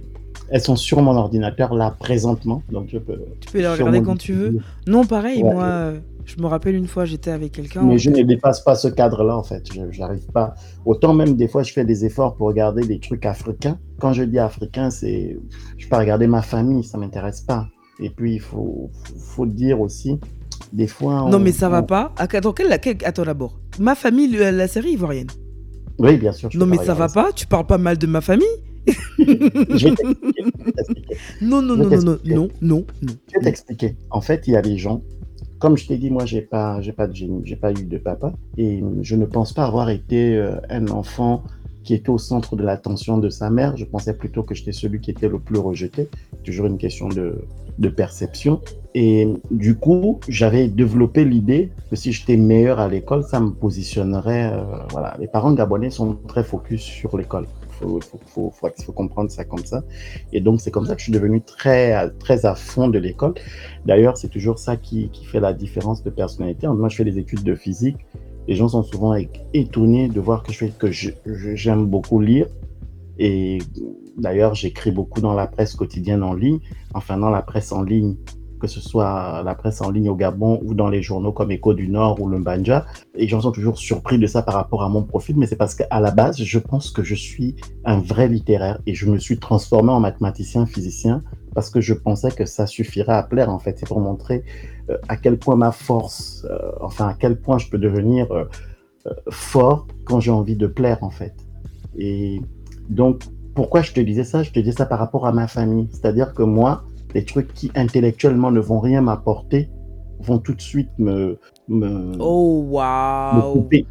elles sont sur mon ordinateur là présentement, donc je peux. Tu peux les Sur regarder mon quand tu veux. Non, pareil, Ouais. moi, euh, je me rappelle une fois, j'étais avec quelqu'un. Mais on- je ne dépasse pas ce cadre-là, en fait. Je j'arrive pas. Autant même, des fois, je fais des efforts pour regarder des trucs africains. Quand je dis africain, c'est. Je peux pas regarder ma famille, ça m'intéresse pas. Et puis, il faut, faut, faut dire aussi, des fois. Non, on- mais ça va on- pas. Attends, quelle, quelle- Attends d'abord. Ma famille, le- la série ivoirienne. Oui, bien sûr. Je Non, peux mais pas ça va regarder pas. Tu parles pas mal de ma famille. Je vais t'expliquer. Je vais t'expliquer. Non, non, Je non, vais non, non, t'expliquer. non, non, non. Je vais t'expliquer. En fait, il y a des gens. Comme je t'ai dit, moi, j'ai pas, j'ai pas de génie, j'ai pas eu de papa, et je ne pense pas avoir été euh, un enfant qui était au centre de l'attention de sa mère. Je pensais plutôt que j'étais celui qui était le plus rejeté. Toujours une question de, de perception. Et du coup, j'avais développé l'idée que si j'étais meilleur à l'école, ça me positionnerait. Euh, voilà, les parents gabonais sont très focus sur l'école. Il faut, faut, faut, faut, faut comprendre ça comme ça. Et donc, c'est comme ça que je suis devenu très, très à fond de l'école. D'ailleurs, c'est toujours ça qui, qui fait la différence de personnalité. Moi, je fais des études de physique. Les gens sont souvent étonnés de voir que je fais que je, je, j'aime beaucoup lire. Et d'ailleurs, j'écris beaucoup dans la presse quotidienne en ligne, enfin dans la presse en ligne, que ce soit la presse en ligne au Gabon ou dans les journaux comme Écho du Nord ou le Mbanja. Et les gens sont toujours surpris de ça par rapport à mon profil, mais c'est parce qu'à la base, je pense que je suis un vrai littéraire et je me suis transformé en mathématicien, physicien, parce que je pensais que ça suffirait à plaire, en fait. C'est pour montrer euh, à quel point ma force, euh, enfin à quel point je peux devenir euh, euh, fort quand j'ai envie de plaire, en fait. Et donc, pourquoi je te disais ça? Je te disais ça par rapport à ma famille. C'est-à-dire que moi, les trucs qui intellectuellement ne vont rien m'apporter vont tout de suite me, me, Oh, me waouh. couper.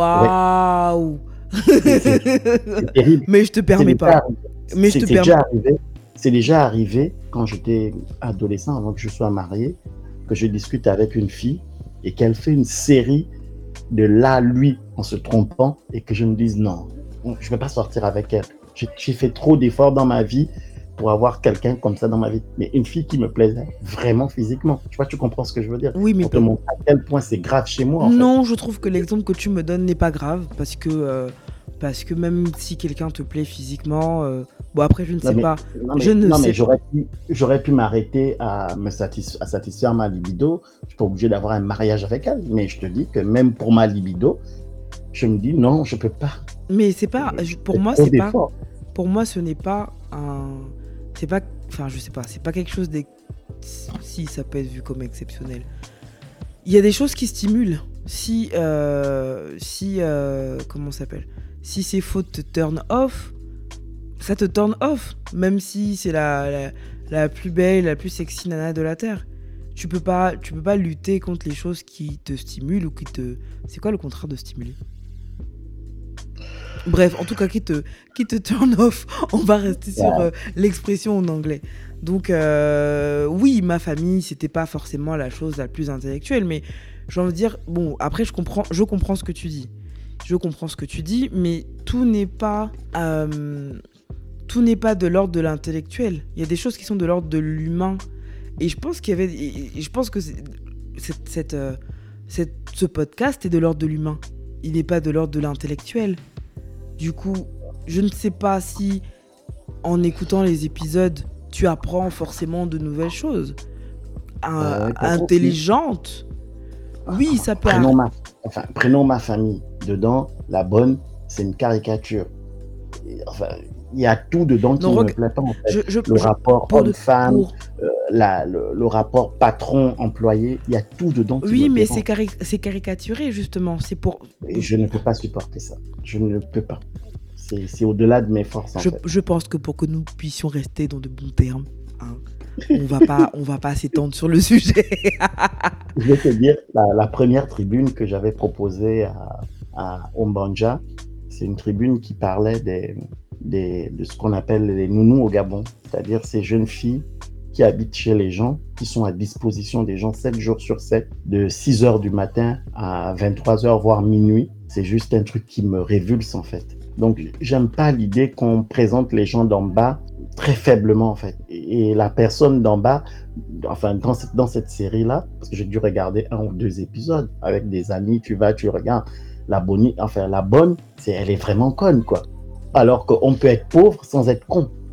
Waouh. C'est, c'est- c'est terrible. Mais je te C'est permets déjà pas. arrivé. Mais je C'est te c'est permets. déjà arrivé. C'est déjà arrivé quand j'étais adolescent, avant que je sois marié, que je discute avec une fille et qu'elle fait une série de là, lui, en se trompant, et que je me dise non, je ne vais pas sortir avec elle. J'ai, j'ai fait trop d'efforts dans ma vie pour avoir quelqu'un comme ça dans ma vie. Mais une fille qui me plaisait vraiment physiquement. Je sais pas, tu comprends ce que je veux dire? Oui, mais Pour te montrer à quel point c'est grave chez moi, en fait. non, je trouve que l'exemple que tu me donnes n'est pas grave parce que euh, parce que même si quelqu'un te plaît physiquement, euh, bon après je ne Non, sais mais, pas, non, mais, je ne non, mais sais. j'aurais pu, j'aurais pu m'arrêter à, me satisf- à satisfaire ma libido. Je suis pas obligé d'avoir un mariage avec elle. Mais je te dis que même pour ma libido, je me dis non, je peux pas. Mais c'est pas, je- pour C'est moi trop c'est pas, d'efforts. pour moi ce n'est pas un, c'est pas, enfin je sais pas, c'est pas quelque chose de, si ça peut être vu comme exceptionnel. Il y a des choses qui stimulent. Si, euh, si, euh, comment ça s'appelle? Si ces fautes te turn off, ça te turn off. Même si c'est la, la, la plus belle, la plus sexy nana de la Terre. Tu peux pas, tu peux pas lutter contre les choses qui te stimulent ou qui te... C'est quoi le contraire de stimuler? Bref, en tout cas, qui te, qui te turn off. On va rester sur Ouais. euh, l'expression en anglais. Donc, euh, oui, ma famille, c'était pas forcément la chose la plus intellectuelle, mais j'ai envie de dire, bon, après, je comprends, je comprends ce que tu dis. Je comprends ce que tu dis, mais tout n'est pas, euh, tout n'est pas de l'ordre de l'intellectuel. Il y a des choses qui sont de l'ordre de l'humain. Et je pense qu'il y avait, et- et je pense que c'est- cette, cette, euh, cette- ce podcast est de l'ordre de l'humain. Il n'est pas de l'ordre de l'intellectuel. Du coup, je ne sais pas si, en écoutant les épisodes, tu apprends forcément de nouvelles choses. Un- Euh, peut-être intelligentes. Oui, ça peut Prenons arri- ma, enfin, prenons ma famille. Dedans, la bonne, c'est une caricature. Et, enfin, il y a tout dedans qui Non, ne me reg- plaît pas, en fait. je, je- Le je- rapport pour de- homme-femme, pour- euh, la- le, le rapport patron-employé, il y a tout dedans qui Oui, me mais dérange. c'est cari- c'est caricaturé, justement. C'est pour... Et je ne peux pas supporter ça. Je ne peux pas. C'est c'est au-delà de mes forces, en Je, fait. je pense que pour que nous puissions rester dans de bons termes, hein, on va pas, on va pas s'étendre sur le sujet. Je vais te dire, la, la première tribune que j'avais proposée à, à Ombanja, c'est une tribune qui parlait des, des, de ce qu'on appelle les nounous au Gabon, c'est-à-dire ces jeunes filles qui habitent chez les gens, qui sont à disposition des gens sept jours sur sept, de six heures du matin à vingt-trois heures, voire minuit. C'est juste un truc qui me révulse, en fait. Donc, j'aime pas l'idée qu'on présente les gens d'en bas très faiblement, en fait. Et, et la personne d'en bas, enfin, dans cette, dans cette série-là, parce que j'ai dû regarder un ou deux épisodes avec des amis, tu vas, tu regardes, la bonne, enfin, la bonne, c'est, elle est vraiment conne, quoi. Alors qu'on peut être pauvre sans être con.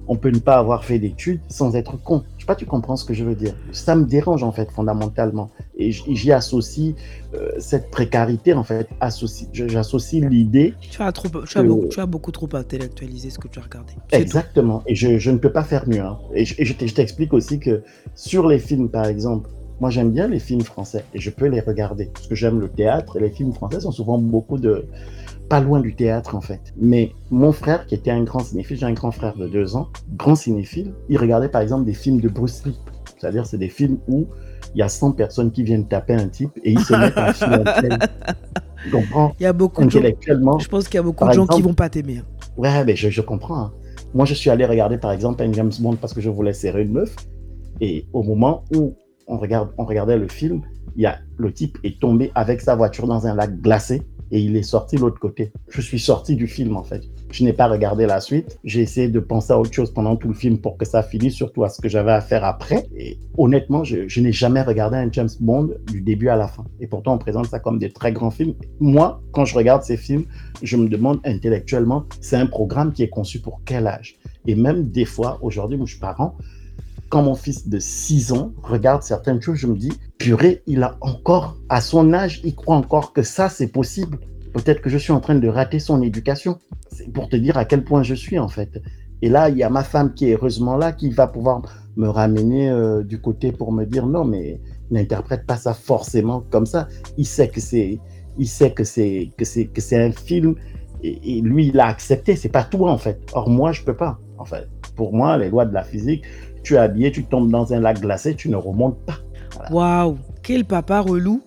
on peut ne pas avoir fait d'études sans être con. Je sais pas, tu comprends ce que je veux dire. Ça me dérange en fait fondamentalement. Et j'y associe euh, cette précarité en fait. Associe, j'associe l'idée. Tu as, trop, tu, que... as beaucoup, tu as beaucoup trop intellectualisé ce que tu as regardé. C'est Exactement. Tout. Et je, je ne peux pas faire mieux. Hein. Et, je, et je t'explique aussi que sur les films, par exemple, moi j'aime bien les films français et je peux les regarder parce que j'aime le théâtre et les films français sont souvent beaucoup de... pas loin du théâtre en fait. Mais mon frère, qui était un grand cinéphile, j'ai un grand frère de deux ans, grand cinéphile, il regardait par exemple des films de Bruce Lee. C'est-à-dire, c'est des films où il y a cent personnes qui viennent taper un type et ils se mettent à filmer. Tu comprends? Il y a beaucoup intellectuellement. De gens, je pense qu'il y a beaucoup de gens exemple, qui vont pas t'aimer. Ouais, mais je, je comprends. Hein. Moi, je suis allé regarder par exemple un James Bond parce que je voulais serrer une meuf. Et au moment où on, regarde, on regardait le film, il y a, le type est tombé avec sa voiture dans un lac glacé. Et il est sorti de l'autre côté. Je suis sorti du film, en fait. Je n'ai pas regardé la suite. J'ai essayé de penser à autre chose pendant tout le film pour que ça finisse, surtout à ce que j'avais à faire après. Et honnêtement, je, je n'ai jamais regardé un James Bond du début à la fin. Et pourtant, on présente ça comme des très grands films. Moi, quand je regarde ces films, je me demande intellectuellement, c'est un programme qui est conçu pour quel âge? Et même des fois, aujourd'hui, où je suis parent, quand mon fils de six ans regarde certaines choses, je me dis, purée, il a encore, à son âge, il croit encore que ça, c'est possible. Peut-être que je suis en train de rater son éducation. C'est pour te dire à quel point je suis, en fait. Et là, il y a ma femme qui est heureusement là, qui va pouvoir me ramener euh, du côté pour me dire, non, mais n'interprète pas ça forcément comme ça. Il sait que c'est, il sait que c'est, que c'est, que c'est un film et, et lui, il a accepté. C'est pas toi, en fait. Or, moi, je peux pas. En fait, pour moi, les lois de la physique, tu es habillé, tu tombes dans un lac glacé, tu ne remontes pas. Waouh, wow, quel papa relou.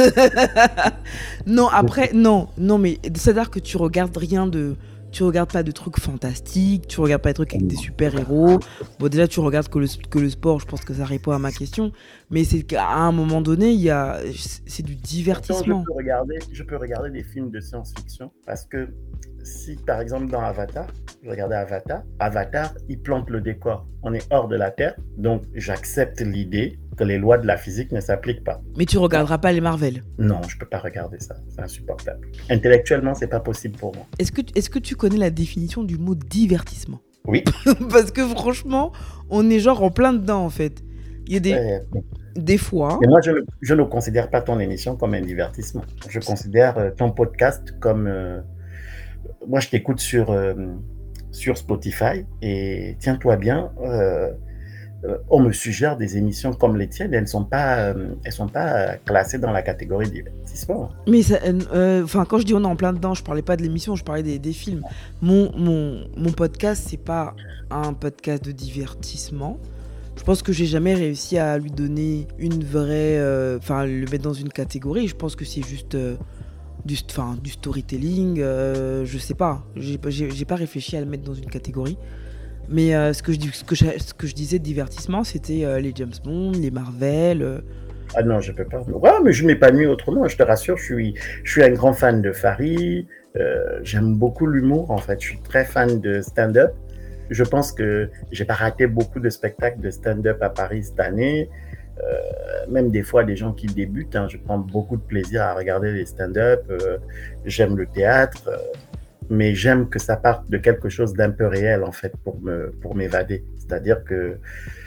Non, après, non, non, mais c'est-à-dire que tu regardes rien de... Tu regardes pas de trucs fantastiques, tu regardes pas de trucs avec des super-héros. Bon, déjà, tu regardes que le, que le sport, je pense que ça répond à ma question. Mais c'est qu'à un moment donné, il y a... c'est du divertissement. Je peux, regarder, je peux regarder des films de science-fiction parce que si, par exemple, dans Avatar, je regardais Avatar, Avatar, il plante le décor. On est hors de la Terre, donc j'accepte l'idée que les lois de la physique ne s'appliquent pas. Mais tu regarderas pas les Marvel? Non, je peux pas regarder ça. C'est insupportable. Intellectuellement, c'est pas possible pour moi. Est-ce que, est-ce que tu connais la définition du mot divertissement? Oui. Parce que franchement, on est genre en plein dedans, en fait. Il y a des... Euh... Des fois. Mais moi, je, je ne considère pas ton émission comme un divertissement. Je considère euh, ton podcast comme... Euh, moi, je t'écoute sur, euh, sur Spotify et tiens-toi bien, euh, euh, on me suggère des émissions comme les tiennes, elles ne sont pas, euh, elles sont pas classées dans la catégorie divertissement. Mais ça, euh, quand je dis on est en plein dedans, je ne parlais pas de l'émission, je parlais des, des films. Mon, mon, mon podcast, ce n'est pas un podcast de divertissement. Je pense que j'ai jamais réussi à lui donner une vraie... Enfin, euh, le mettre dans une catégorie. Je pense que c'est juste euh, du, du storytelling. Euh, je sais pas. J'ai, j'ai, j'ai pas réfléchi à le mettre dans une catégorie. Mais euh, ce, que je, ce, que je, ce que je disais de divertissement, c'était euh, les James Bond, les Marvel... Euh... Ah non, je peux pas. Ouais, mais je m'épanouis autrement, je te rassure. Je suis, je suis un grand fan de Farid. Euh, j'aime beaucoup l'humour, en fait. Je suis très fan de stand-up. Je pense que j'ai pas raté beaucoup de spectacles de stand-up à Paris cette année. Euh, même des fois, des gens qui débutent, hein, je prends beaucoup de plaisir à regarder les stand-up. Euh, j'aime le théâtre, euh, mais j'aime que ça parte de quelque chose d'un peu réel, en fait, pour me, pour m'évader. C'est-à-dire que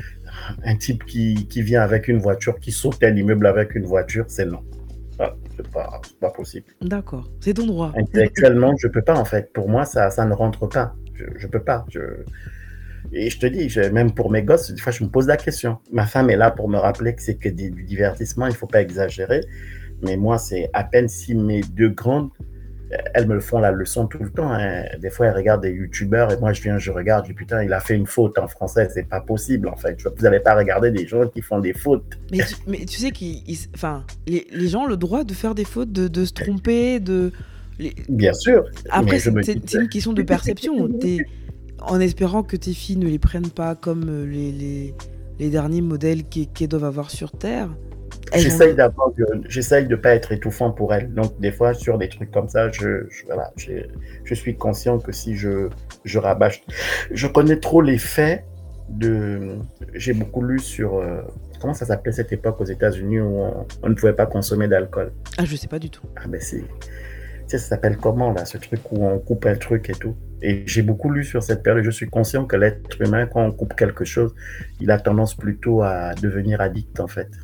un type qui, qui vient avec une voiture, qui saute à l'immeuble avec une voiture, c'est non. Ah, c'est pas, c'est pas possible. D'accord, c'est ton droit. Intellectuellement, je peux pas, en fait. Pour moi, ça, ça ne rentre pas. Je, je peux pas. Je... Et je te dis, je, même pour mes gosses, des fois, je me pose la question. Ma femme est là pour me rappeler que c'est que du divertissement, il faut pas exagérer. Mais moi, c'est à peine si mes deux grandes, elles me font la leçon tout le temps. Hein. Des fois, elles regardent des youtubeurs et moi, je viens, je regarde, je dis putain, il a fait une faute en français. C'est pas possible, en fait. Vous n'allez pas regarder des gens qui font des fautes. Mais tu, mais tu sais que les, les gens ont le droit de faire des fautes, de, de se tromper, de... Les... Bien sûr. Après, c'est, c'est, c'est une question de perception. T'es... En espérant que tes filles ne les prennent pas comme les, les, les derniers modèles qu'elles doivent avoir sur Terre. J'essaye, d'avoir, j'essaye de ne pas être étouffant pour elles. Donc, des fois, sur des trucs comme ça, je, je, voilà, je, je suis conscient que si je, je rabâche... Je connais trop les faits de... J'ai beaucoup lu sur... Euh... Comment ça s'appelait cette époque aux États-Unis où on, on ne pouvait pas consommer d'alcool? Ah, je ne sais pas du tout. Ah, ben c'est... Tu sais, ça s'appelle comment, là, ce truc où on coupe un truc et tout? Et j'ai beaucoup lu sur cette période. Je suis conscient que l'être humain, quand on coupe quelque chose, il a tendance plutôt à devenir addict, en fait.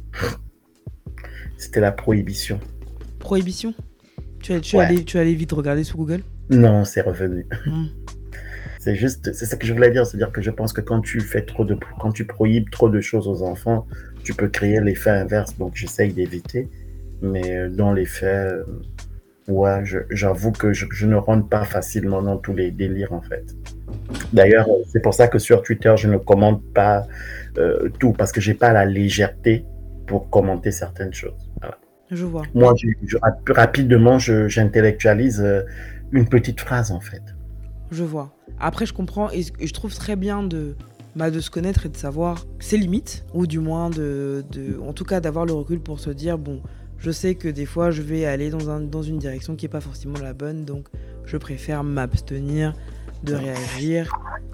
C'était la prohibition. Prohibition? Tu es, tu es Ouais. allé, tu es allé vite regarder sur Google? Non, c'est revenu. Hmm. C'est juste, c'est ce que je voulais dire, c'est-à-dire que je pense que quand tu fais trop de, quand tu prohibes trop de choses aux enfants, tu peux créer l'effet inverse. Donc j'essaye d'éviter, mais euh, dans les faits, euh, ouais, je- j'avoue que je, je ne rentre pas facilement dans tous les délires en fait. D'ailleurs, euh, c'est pour ça que sur Twitter, je ne commente pas euh, tout parce que j'ai pas la légèreté pour commenter certaines choses. Voilà. Je vois. Moi, je, je- rap- rapidement, je- j'intellectualise euh, une petite phrase en fait. Je vois. Après, je comprends et, et je trouve très bien de, bah, de se connaître et de savoir ses limites, ou du moins, de, de, en tout cas, d'avoir le recul pour se dire, bon, je sais que des fois, je vais aller dans, un, dans une direction qui n'est pas forcément la bonne, donc je préfère m'abstenir de réagir,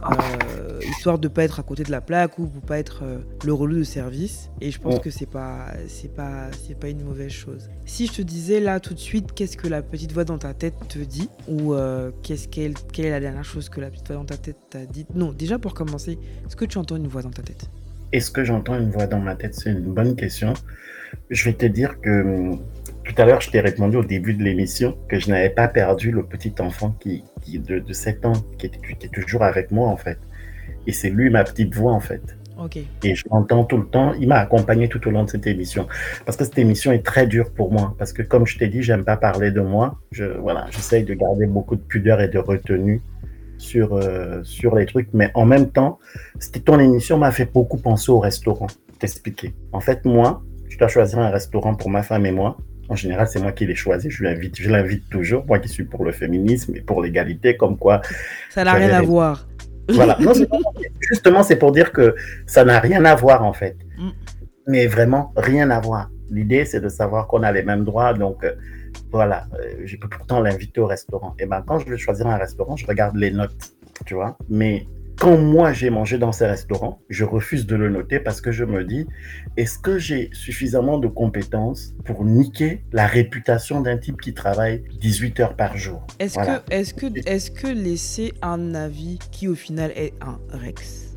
euh, histoire de pas être à côté de la plaque ou pour pas être euh, le relou de service. Et je pense Mm. que c'est pas, c'est pas, c'est pas une mauvaise chose. Si je te disais là tout de suite, qu'est-ce que la petite voix dans ta tête te dit, ou euh, qu'est-ce qu'elle, quelle est la dernière chose que la petite voix dans ta tête t'a dit? Non, déjà pour commencer, est-ce que tu entends une voix dans ta tête? Est-ce que j'entends une voix dans ma tête? C'est une bonne question. Je vais te dire que hum, tout à l'heure, je t'ai répondu au début de l'émission que je n'avais pas perdu le petit enfant qui, qui de, de sept ans qui est, qui est toujours avec moi en fait. Et c'est lui ma petite voix en fait. Ok. Et je l'entends tout le temps. Il m'a accompagné tout au long de cette émission. Parce que cette émission est très dure pour moi. Parce que comme je t'ai dit, j'aime pas parler de moi. Je, voilà, j'essaye de garder beaucoup de pudeur et de retenue sur, euh, sur les trucs. Mais en même temps, c'était, ton émission m'a fait beaucoup penser au restaurant. T'expliquer. En fait, moi, je dois choisir un restaurant pour ma femme et moi. En général, c'est moi qui l'ai choisi. Je l'invite, je l'invite toujours. Moi qui suis pour le féminisme et pour l'égalité, comme quoi. Ça n'a rien à voir. Voilà. Non, c'est, justement, c'est pour dire que ça n'a rien à voir, en fait. Mm. Mais vraiment, rien à voir. L'idée, c'est de savoir qu'on a les mêmes droits. Donc, euh, voilà, euh, je peux pourtant l'inviter au restaurant. Et ben, quand je vais choisir un restaurant, je regarde les notes, tu vois. Mais quand moi, j'ai mangé dans ces restaurants, je refuse de le noter parce que je me dis, est-ce que j'ai suffisamment de compétences pour niquer la réputation d'un type qui travaille dix-huit heures par jour? Est-ce voilà. que, est-ce que, est-ce que laisser un avis qui, au final, est un Rex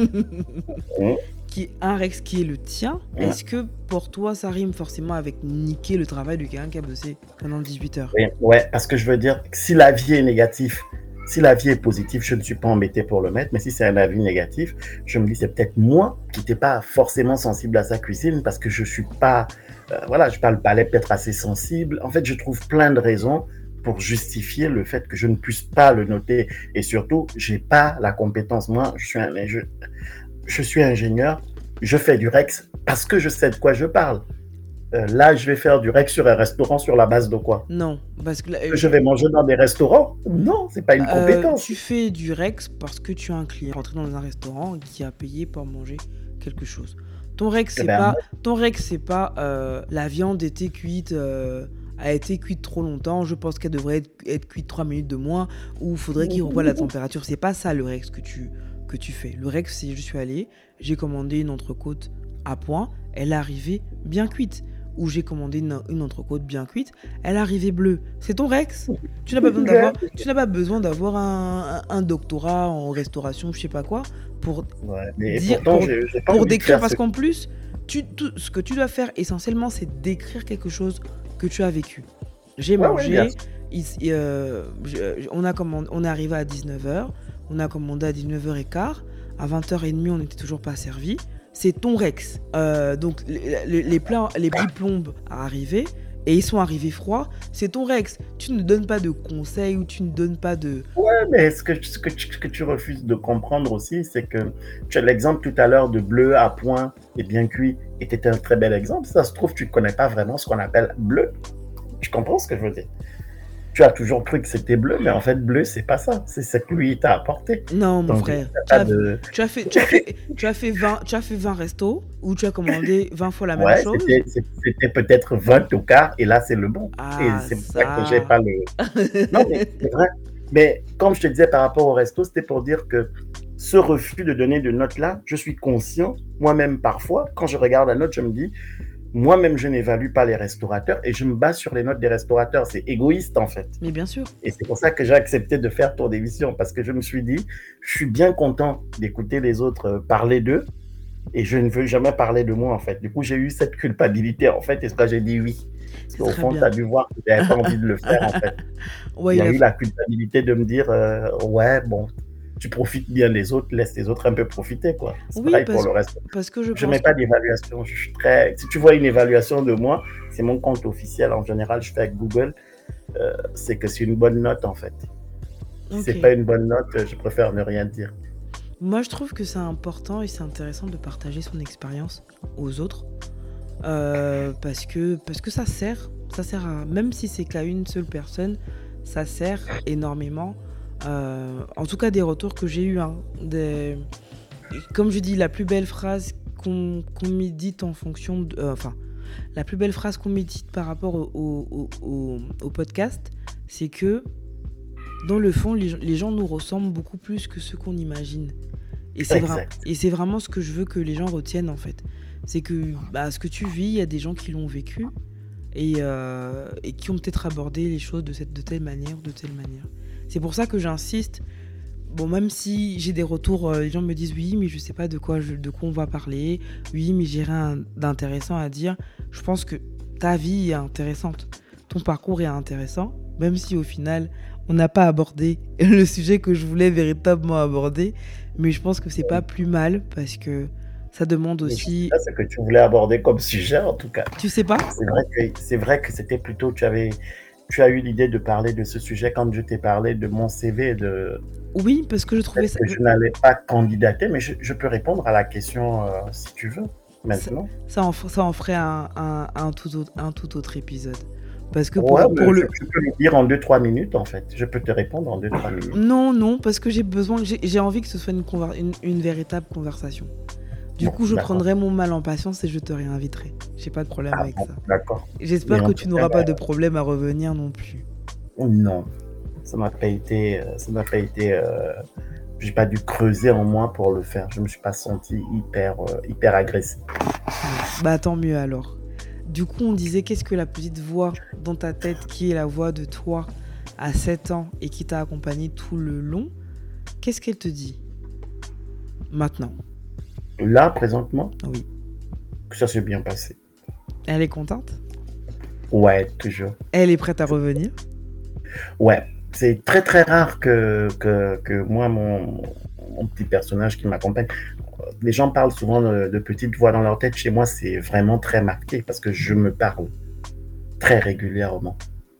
mmh. qui est un Rex qui est le tien, mmh. est-ce que pour toi, ça rime forcément avec niquer le travail de quelqu'un qui a bossé pendant dix-huit heures? Oui, ouais, parce que je veux dire, si l'avis est négatif, si l'avis est positif, je ne suis pas embêté pour le mettre, mais si c'est un avis négatif, je me dis c'est peut-être moi qui n'étais pas forcément sensible à sa cuisine parce que je ne suis pas, euh, voilà, je n'ai pas le palais peut-être assez sensible. En fait, je trouve plein de raisons pour justifier le fait que je ne puisse pas le noter. Et surtout, je n'ai pas la compétence. Moi, je suis, un, je, je suis ingénieur, je fais du Rex parce que je sais de quoi je parle. Euh, là, je vais faire du Rex sur un restaurant sur la base de quoi? Non, parce que là, euh, je vais manger dans des restaurants? Non, c'est pas une compétence. Euh, tu fais du Rex parce que tu as un client rentré dans un restaurant qui a payé pour manger quelque chose. Ton Rex, c'est eh ben, pas, moi... ton Rex, c'est pas euh, la viande était cuite, euh, a été cuite trop longtemps. Je pense qu'elle devrait être, être cuite trois minutes de moins, ou il faudrait qu'il revoie la température. C'est pas ça le Rex que tu que tu fais. Le Rex, c'est je suis allé, j'ai commandé une entrecôte à point, elle est arrivée bien cuite. Où j'ai commandé une, une entrecôte bien cuite, elle arrivait bleue. C'est ton Rex. Tu n'as pas besoin d'avoir, tu n'as pas besoin d'avoir un, un, un doctorat en restauration, je sais pas quoi, pour ouais, mais dire, pourtant, pour, j'ai, j'ai pas pour décrire. Parce ce... qu'en plus, tu, tout, ce que tu dois faire essentiellement, c'est décrire quelque chose que tu as vécu. J'ai ouais, mangé. Ouais, il, euh, je, on a commandé, on est arrivé à dix-neuf heures. On a commandé à dix-neuf heures quinze. À vingt heures trente, on n'était toujours pas servi. C'est ton Rex. Euh, donc les, les, les plats, les prix plombent à arriver et ils sont arrivés froids. C'est ton Rex. Tu ne donnes pas de conseils ou tu ne donnes pas de... Ouais, mais ce que, ce que, tu, ce que tu refuses de comprendre aussi, c'est que tu as l'exemple tout à l'heure de bleu à point et bien cuit était un très bel exemple. Ça se trouve, tu ne connais pas vraiment ce qu'on appelle bleu. Tu comprends ce que je veux dire? Tu as toujours cru que c'était bleu, mais en fait, bleu, c'est pas ça. C'est ce que lui t'a apporté. Non, mon Donc, frère. Tu as, de... tu, as fait, tu, as fait, tu, as fait vingt, tu as fait vingt restos où tu as commandé vingt fois la même ouais, chose. C'était, c'était peut-être vingt au quart, et là, c'est le bon. Ah, et c'est pour ça. ça que j'ai pas le... Non, mais c'est vrai. Mais comme je te disais par rapport au resto, c'était pour dire que ce refus de donner de notes-là, je suis conscient, moi-même parfois, quand je regarde la note, je me dis... moi-même, je n'évalue pas les restaurateurs et je me base sur les notes des restaurateurs. C'est égoïste, en fait. Mais bien sûr. Et c'est pour ça que j'ai accepté de faire ton émission, parce que je me suis dit, je suis bien content d'écouter les autres euh, parler d'eux et je ne veux jamais parler de moi, en fait. Du coup, j'ai eu cette culpabilité, en fait, et c'est quand j'ai dit oui. Parce C'est qu'au très fond, tu bien. as dû voir que je n'avais pas envie de le faire, en fait. Ouais, Il y il a a... eu la culpabilité de me dire, euh, ouais, bon, tu profites bien des autres, laisse les autres un peu profiter, quoi. C'est Oui, pareil pour parce, le reste. parce que je Je ne mets pense... pas d'évaluation. Je suis très... Si tu vois une évaluation de moi, c'est mon compte officiel. En général, je fais avec Google. Euh, c'est que c'est une bonne note, en fait. Si Ok. c'est pas une bonne note, je préfère ne rien dire. Moi, je trouve que c'est important et c'est intéressant de partager son expérience aux autres. Euh, parce que, parce que ça sert. Ça sert à... Même si c'est qu'à une seule personne, ça sert énormément. Euh, en tout cas, des retours que j'ai eus. Hein, des... Comme je dis, la plus belle phrase qu'on qu'on médite en fonction de... euh, enfin, la plus belle phrase qu'on médite par rapport au, au, au, au podcast, c'est que dans le fond, les, les gens nous ressemblent beaucoup plus que ce qu'on imagine. Et c'est, vra- Exact. et c'est vraiment ce que je veux que les gens retiennent, en fait. C'est que bah, ce que tu vis, il y a des gens qui l'ont vécu et, euh, et qui ont peut-être abordé les choses de, cette, de telle manière ou de telle manière. C'est pour ça que j'insiste. Bon, même si j'ai des retours, euh, les gens me disent oui, mais je sais pas de quoi, je, de quoi on va parler. Oui, mais j'ai rien d'intéressant à dire. Je pense que ta vie est intéressante. Ton parcours est intéressant. Même si au final, on n'a pas abordé le sujet que je voulais véritablement aborder. Mais je pense que c'est pas plus mal parce que ça demande Mais je sais aussi. pas ce que tu voulais aborder comme sujet, en tout cas. Tu sais pas? C'est vrai que, c'est vrai que c'était plutôt, tu avais, tu as eu l'idée de parler de ce sujet quand je t'ai parlé de mon C V, de Oui, parce que je trouvais ça. peut-être que je n'allais pas candidater, mais je, je peux répondre à la question euh, si tu veux, Ça, maintenant. ça en, f- ça en ferait un, un, un tout autre, un tout autre épisode. Parce que Ouais, pour, mais pour je, le, je peux le dire en deux trois minutes, en fait. Je peux te répondre en deux trois minutes. Non, non, parce que j'ai besoin, j'ai, j'ai envie que ce soit une, conver- une, une véritable conversation. Du Bon, coup, je d'accord. prendrai mon mal en patience et je te réinviterai. J'ai pas de problème Ah avec bon, ça. d'accord. J'espère Mais que en tu tout cas, n'auras pas de problème à revenir non plus. non, ça n'a pas été, euh, ça n'a pas été, euh, j'ai pas dû creuser en moi pour le faire. Je me suis pas senti hyper, euh, hyper agressé. Bon, bah tant mieux alors. Du coup, on disait qu'est-ce que la petite voix dans ta tête qui est la voix de toi à sept ans et qui t'a accompagné tout le long, qu'est-ce qu'elle te dit maintenant? Là, présentement, Oui. ça s'est bien passé. Elle est contente? Ouais, toujours. Elle est prête à revenir? Ouais, c'est très très rare que, que, que moi, mon, mon petit personnage qui m'accompagne, les gens parlent souvent de, de petites voix dans leur tête. Chez moi, c'est vraiment très marqué parce que je me parle très régulièrement.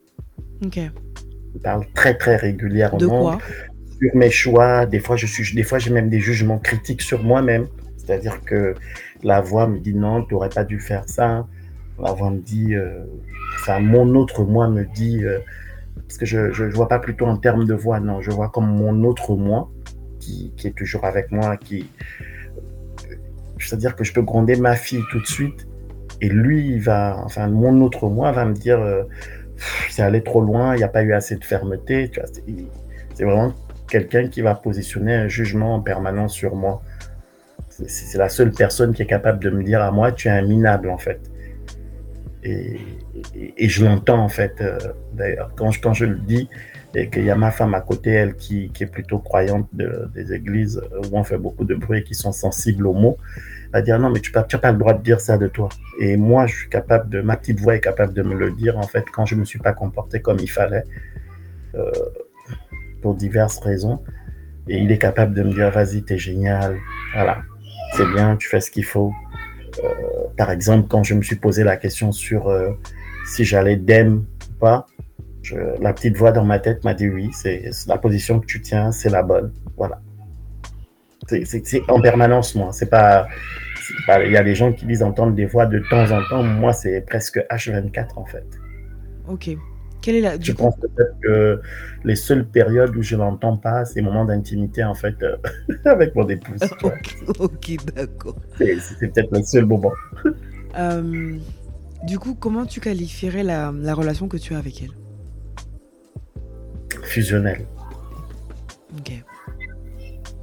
Ok. Je parle très très De régulièrement quoi? sur mes choix. Des fois, je suis, des fois, j'ai même des jugements critiques sur moi-même. C'est-à-dire que la voix me dit non, tu n'aurais pas dû faire ça. La voix me dit, euh, enfin, mon autre moi me dit, euh, parce que je ne vois pas plutôt en termes de voix, non, je vois comme mon autre moi qui, qui est toujours avec moi, qui, c'est-à-dire que je peux gronder ma fille tout de suite et lui, il va, enfin, mon autre moi va me dire, euh, c'est allé trop loin, il n'y a pas eu assez de fermeté. Tu vois, c'est, c'est vraiment quelqu'un qui va positionner un jugement en permanence sur moi. C'est, c'est la seule personne qui est capable de me dire à moi, tu es un minable en fait. Et, et, et je l'entends en fait, euh, d'ailleurs, quand je, quand je le dis, et qu'il y a ma femme à côté, elle qui, qui est plutôt croyante de, des églises où on fait beaucoup de bruit et qui sont sensibles aux mots, elle va dire non, mais tu n'as pas, pas le droit de dire ça de toi. Et moi, je suis capable de, ma petite voix est capable de me le dire en fait quand je ne me suis pas comporté comme il fallait, euh, pour diverses raisons. Et il est capable de me dire vas-y, t'es génial, voilà, c'est bien, tu fais ce qu'il faut. Euh, par exemple, quand je me suis posé la question sur euh, si j'allais D E M ou pas, je, la petite voix dans ma tête m'a dit oui, c'est, c'est la position que tu tiens, c'est la bonne. Voilà. C'est, c'est, c'est en permanence, moi. C'est pas, c'est pas. Il y a des gens qui disent entendre des voix de temps en temps. Moi, c'est presque H vingt-quatre en fait. Ok. Quelle est la... Je Du coup... pense peut-être que les seules périodes où je l'entends pas, c'est moments d'intimité en fait euh, avec mon épouse. Tu vois. Ok, d'accord. C'est, c'est peut-être le seul moment. Euh, du coup, comment tu qualifierais la, la relation que tu as avec elle? Fusionnel. Ok.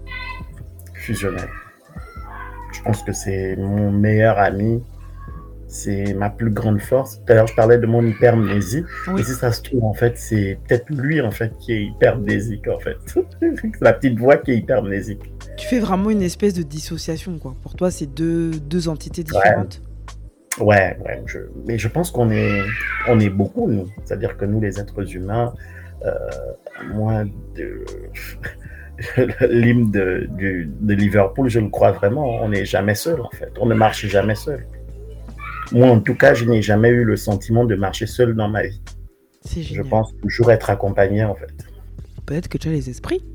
Fusionnel. Je pense que c'est mon meilleur ami. c'est ma plus grande force. Tout à l'heure, je parlais de mon hypermnésie. Et Oui. si ça se trouve, en fait, c'est peut-être lui, en fait, qui est hypermnésique, en fait. C'est la petite voix qui est hypermnésique. Tu fais vraiment une espèce de dissociation, quoi. Pour toi, c'est deux, deux entités Ouais, différentes. ouais, ouais. Je, mais je pense qu'on est, on est beaucoup, nous. C'est-à-dire que nous, les êtres humains, euh, moi, de, l'hymne de, du- de Liverpool, je le crois vraiment, on n'est jamais seul, en fait. On ne marche jamais seul. Moi, en tout cas, je n'ai jamais eu le sentiment de marcher seul dans ma vie. C'est Je génial. pense toujours être accompagné, en fait. Peut-être que tu as les esprits.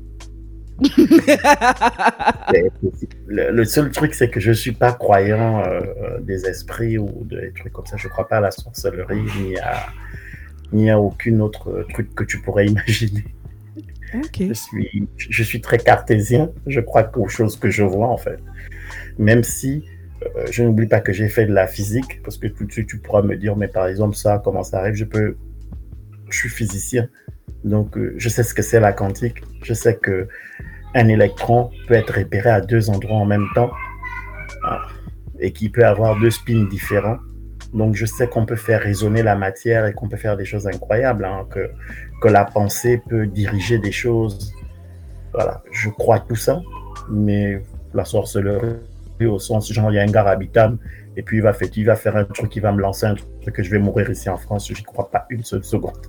C'est possible. Le, le seul truc, c'est que je ne suis pas croyant euh, des esprits ou des trucs comme ça. Je ne crois pas à la sorcellerie ni à, ni à aucun autre truc que tu pourrais imaginer. Ok. Je suis, je suis très cartésien. Je crois aux choses que je vois, en fait. Même si euh, je n'oublie pas que j'ai fait de la physique, parce que tout de suite, tu pourras me dire, mais par exemple, ça, comment ça arrive? Je peux, je suis physicien. Donc, euh, je sais ce que c'est la quantique. Je sais que un électron peut être repéré à deux endroits en même temps, hein, et qu'il peut avoir deux spins différents. Donc, je sais qu'on peut faire résonner la matière et qu'on peut faire des choses incroyables, hein, que, que la pensée peut diriger des choses. Voilà, je crois tout ça, mais la sorcellerie, au sens, genre, il y a un gars habitable, et puis il va, faire, il va faire un truc, il va me lancer un truc que je vais mourir ici en France, je n'y crois pas une seule seconde.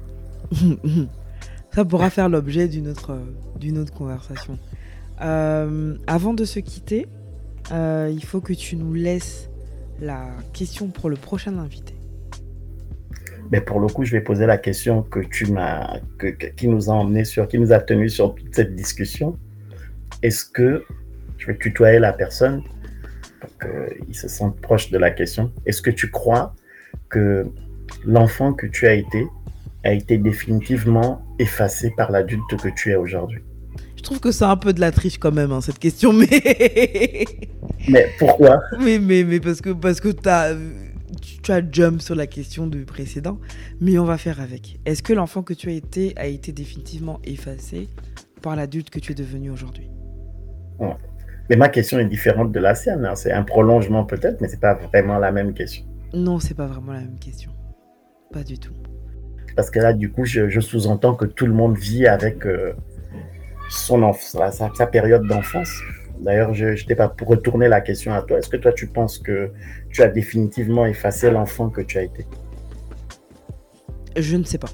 Ça pourra faire l'objet d'une autre, d'une autre conversation. Euh, avant de se quitter, euh, il faut que tu nous laisses la question pour le prochain invité. Mais pour le coup, je vais poser la question que tu m'as, que, que, qui nous a emmené sur, qui nous a tenu sur toute cette discussion. Est-ce que, je vais tutoyer la personne pour qu'il se sente proche de la question. Est-ce que tu crois que l'enfant que tu as été a été définitivement effacé par l'adulte que tu es aujourd'hui? Je trouve que c'est un peu de la triche quand même, hein, cette question, mais... Mais pourquoi? mais, mais, mais parce que, parce que t'as, tu as jump sur la question du précédent, mais on va faire avec. Est-ce que l'enfant que tu as été a été définitivement effacé par l'adulte que tu es devenu aujourd'hui? Ouais. Mais ma question est différente de la sienne, hein. C'est un prolongement peut-être, mais c'est pas vraiment la même question. Non, c'est pas vraiment la même question. Pas du tout. Parce que là, du coup, je, je sous-entends que tout le monde vit avec euh, son enf- sa, sa période d'enfance. D'ailleurs, je n'étais pas pour retourner la question à toi. Est-ce que toi, tu penses que tu as définitivement effacé l'enfant que tu as été? Je ne sais pas.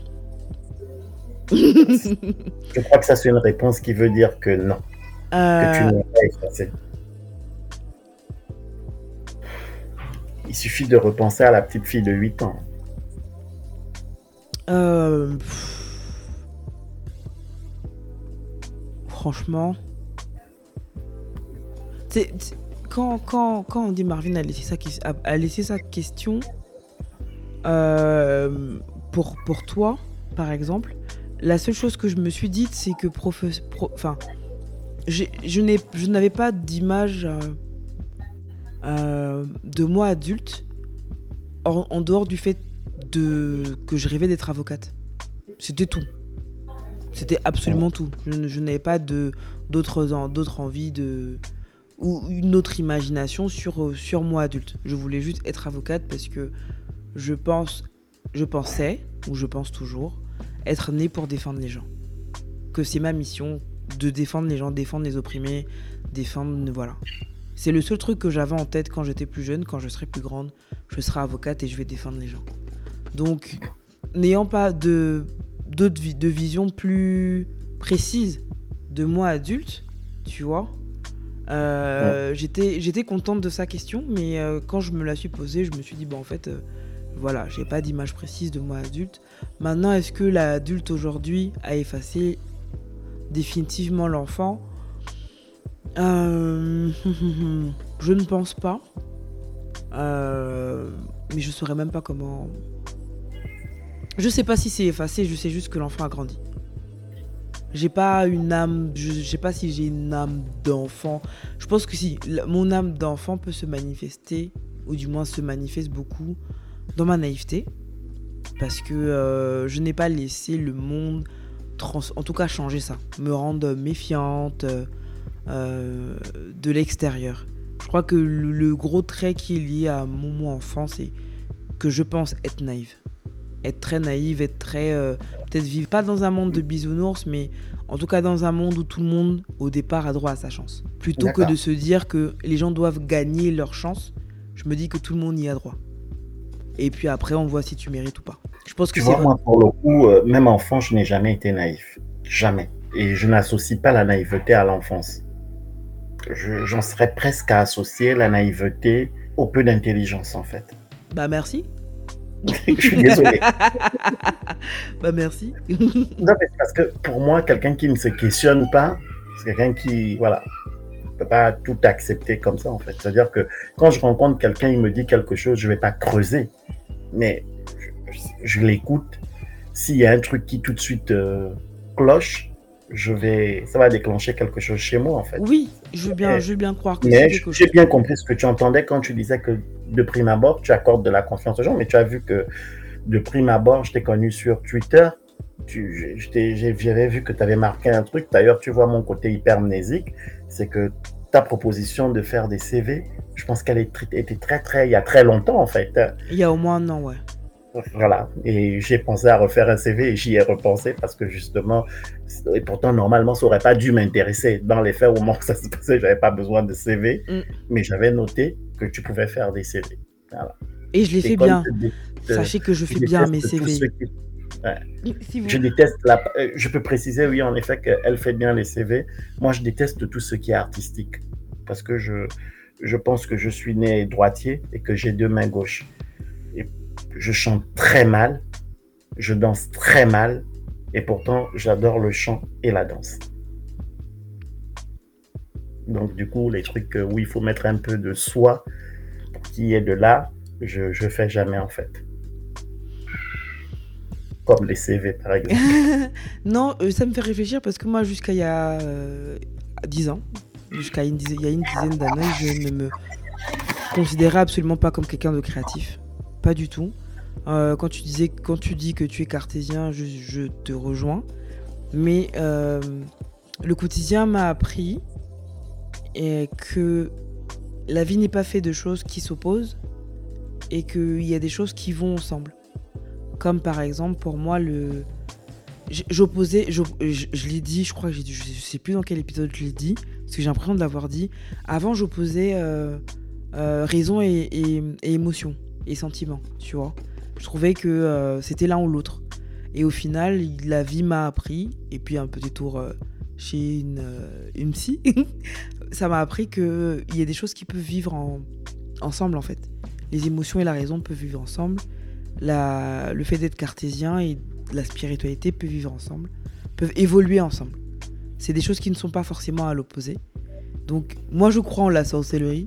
Je crois que ça, c'est une réponse qui veut dire que non, que tu Euh, n'as pas effacé. Il suffit de repenser à la petite fille de huit ans. euh, pff, franchement, c'est, c'est- quand, quand, quand on dit Marvin a laissé sa, ques- a, a laissé sa question euh, pour, pour toi, par exemple, la seule chose que je me suis dite, c'est que professe- pro- enfin, j'ai- je n'ai, je n'avais pas d'image euh, euh, de moi adulte en, en dehors du fait de, que je rêvais d'être avocate. C'était tout. C'était absolument tout. Je, ne- je n'avais pas de, d'autres, en- d'autres envies de, ou une autre imagination sur, euh, sur moi adulte. Je voulais juste être avocate parce que je pense, je pensais, ou je pense toujours, être née pour défendre les gens. Que c'est ma mission de défendre les gens, défendre les opprimés, défendre, voilà. C'est le seul truc que j'avais en tête quand j'étais plus jeune. Quand je serai plus grande, je serai avocate et je vais défendre les gens. Donc, n'ayant pas de, d'autres vi- de vision plus précise de moi adulte, tu vois, Ouais. euh, j'étais, j'étais contente de sa question, mais euh, quand je me la suis posée, je me suis dit, bon, en fait, euh, voilà, j'ai pas d'image précise de moi adulte. Maintenant, est-ce que l'adulte aujourd'hui a effacé définitivement l'enfant? Euh, Je ne pense pas. Euh, mais je saurais même pas comment. Je sais pas si c'est effacé, je sais juste que l'enfant a grandi. J'ai pas une âme, je sais pas si j'ai une âme d'enfant. Je pense que si, la- mon âme d'enfant peut se manifester, ou du moins se manifeste beaucoup, dans ma naïveté. Parce que euh, je n'ai pas laissé le monde, trans- en tout cas changer ça, me rendre méfiante euh, de l'extérieur. Je crois que le, le gros trait qui est lié à mon moi enfant, c'est que je pense être naïve. Être très naïve, être très... euh, peut-être vivre pas dans un monde de bisounours, mais en tout cas dans un monde où tout le monde, au départ, a droit à sa chance. Plutôt D'accord. que de se dire que les gens doivent gagner leur chance, je me dis que tout le monde y a droit. Et puis après, on voit si tu mérites ou pas. Je pense que Tu c'est vois, vrai. moi, pour le coup, euh, même enfant, je n'ai jamais été naïf. Jamais. Et je n'associe pas la naïveté à l'enfance. Je- j'en serais presque à associer la naïveté au peu d'intelligence, en fait. Bah merci. Je suis désolé. Bah merci. Non, mais c'est parce que pour moi, quelqu'un qui ne se questionne pas, c'est quelqu'un qui, voilà, ne peut pas tout accepter comme ça, en fait. C'est-à-dire que quand je rencontre quelqu'un, il me dit quelque chose, je ne vais pas creuser, mais je, je l'écoute. S'il y a un truc qui tout de suite euh, cloche, je vais, ça va déclencher quelque chose chez moi, en fait. Oui, je veux bien, Mais, je veux bien croire que c'est mais quelque j'ai chose. bien compris ce que tu entendais quand tu disais que de prime abord, tu accordes de la confiance aux gens, mais tu as vu que de prime abord, je t'ai connu sur Twitter. Tu, je t'ai- j'ai- j'avais vu que tu avais marqué un truc. D'ailleurs, tu vois mon côté hypermnésique, c'est que ta proposition de faire des C V, je pense qu'elle est tr- était très, très, il y a très longtemps, en fait. Il y a au moins un an, ouais. Voilà. Et j'ai pensé à refaire un C V et j'y ai repensé parce que justement, et pourtant, normalement, ça aurait pas dû m'intéresser. Dans les faits, au moment où ça se passait, j'avais pas besoin de C V, Mm. mais j'avais noté que tu pouvais faire des C V. Voilà. Et je les Et fais comme bien. je déteste, Sachez que je je fais bien mes déteste tous C ceux V. qui... Ouais. Si vous... Je déteste la... euh, Je peux préciser, oui, en effet, qu'elle fait bien les C V. Moi, je déteste tout ce qui est artistique. Parce que je, je pense que je suis né droitier et que j'ai deux mains gauches. Et je chante très mal, je danse très mal, et pourtant, j'adore le chant et la danse. Donc, du coup, les trucs où il faut mettre un peu de soi pour qu'il y ait de là, je ne fais jamais, en fait. Comme les C V, par exemple. Non, euh, ça me fait réfléchir parce que moi, jusqu'à il y a euh, dix ans, jusqu'à une dizaine, il y a une dizaine d'années, je ne me considérais absolument pas comme quelqu'un de créatif. Pas du tout. Euh, quand, tu disais, quand tu dis que tu es cartésien, je, je te rejoins. Mais euh, le quotidien m'a appris et que la vie n'est pas faite de choses qui s'opposent et qu'il y a des choses qui vont ensemble. Comme par exemple, pour moi, le... j'opposais, je, je, je l'ai dit, je crois que j'ai dit, je sais plus dans quel épisode je l'ai dit, parce que j'ai l'impression de l'avoir dit. Avant, j'opposais euh, euh, raison et, et, et émotion et sentiment, tu vois. Je trouvais que euh, c'était l'un ou l'autre. Et au final, la vie m'a appris, et puis un petit tour euh, chez une, euh, une psy, ça m'a appris qu'il y a des choses qui peuvent vivre en, ensemble, en fait. Les émotions et la raison peuvent vivre ensemble. La, le fait d'être cartésien et la spiritualité peuvent vivre ensemble, peuvent évoluer ensemble. C'est des choses qui ne sont pas forcément à l'opposé. Donc, moi, je crois en la sorcellerie.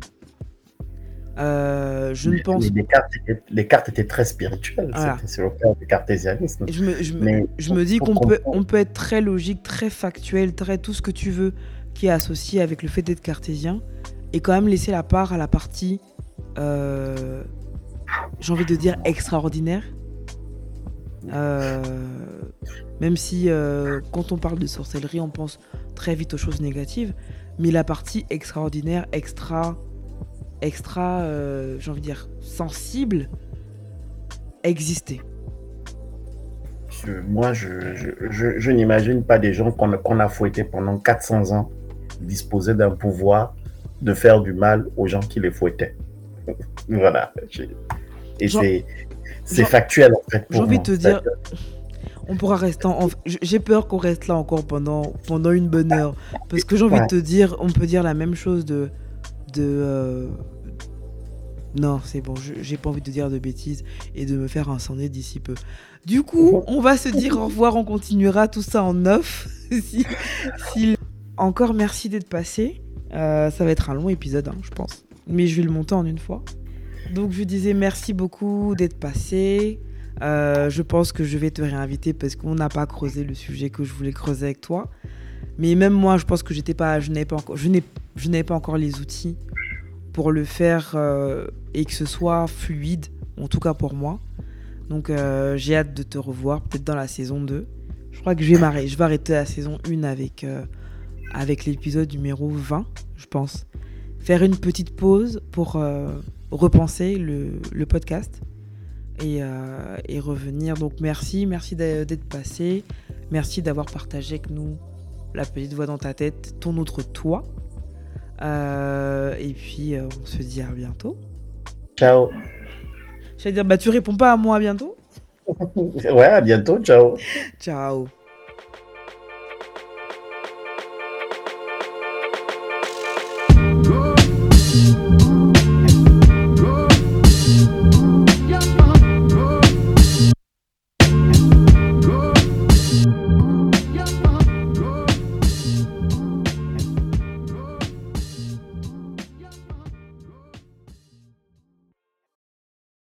Euh, je mais, ne pense... mais les, cartes étaient, les cartes étaient très spirituelles. Voilà. C'était sur le plan du cartésianisme. Je me, je me, mais je me dis qu'on peut, on peut être très logique, très factuel, très tout ce que tu veux qui est associé avec le fait d'être cartésien et quand même laisser la part à la partie, euh, j'ai envie de dire, extraordinaire. Euh, même si euh, quand on parle de sorcellerie, on pense très vite aux choses négatives, mais la partie extraordinaire, extra, extra, euh, j'ai envie de dire, sensible, existait. Je, moi, je, je, je, je n'imagine pas des gens qu'on, qu'on a fouettés pendant quatre cents ans disposer d'un pouvoir de faire du mal aux gens qui les fouettaient. Voilà. Et Jean, c'est, c'est Jean, factuel, en fait. J'ai envie de te dire, on pourra rester en... J'ai peur qu'on reste là encore pendant, pendant une bonne heure. Parce que j'ai envie ouais. de te dire, on peut dire la même chose de... de euh... Non, c'est bon, je, j'ai pas envie de dire de bêtises et de me faire incendier d'ici peu. Du coup, on va se dire au revoir, on continuera tout ça en off. si, si... Encore merci d'être passé. Euh, ça va être un long épisode, hein, je pense. Mais je vais le monter en une fois. Donc je disais merci beaucoup d'être passé. Euh, je pense que je vais te réinviter parce qu'on n'a pas creusé le sujet que je voulais creuser avec toi. Mais même moi, je pense que j'étais pas, je n'avais pas encore, je n'ai, je n'avais pas encore les outils pour le faire euh, et que ce soit fluide, en tout cas pour moi. Donc euh, j'ai hâte de te revoir, peut-être dans la saison deux. Je crois que je vais m'arrêter, je vais arrêter la saison un avec, euh, avec l'épisode numéro vingt, je pense. faire une petite pause pour euh, repenser le, le podcast et, euh, et revenir. Donc merci, merci d'a- d'être passé. Merci d'avoir partagé avec nous la petite voix dans ta tête, ton autre toi. Euh, et puis euh, on se dit à bientôt. Ciao. J'allais dire, bah tu réponds pas à moi à bientôt. Ouais, à bientôt. Ciao. Ciao.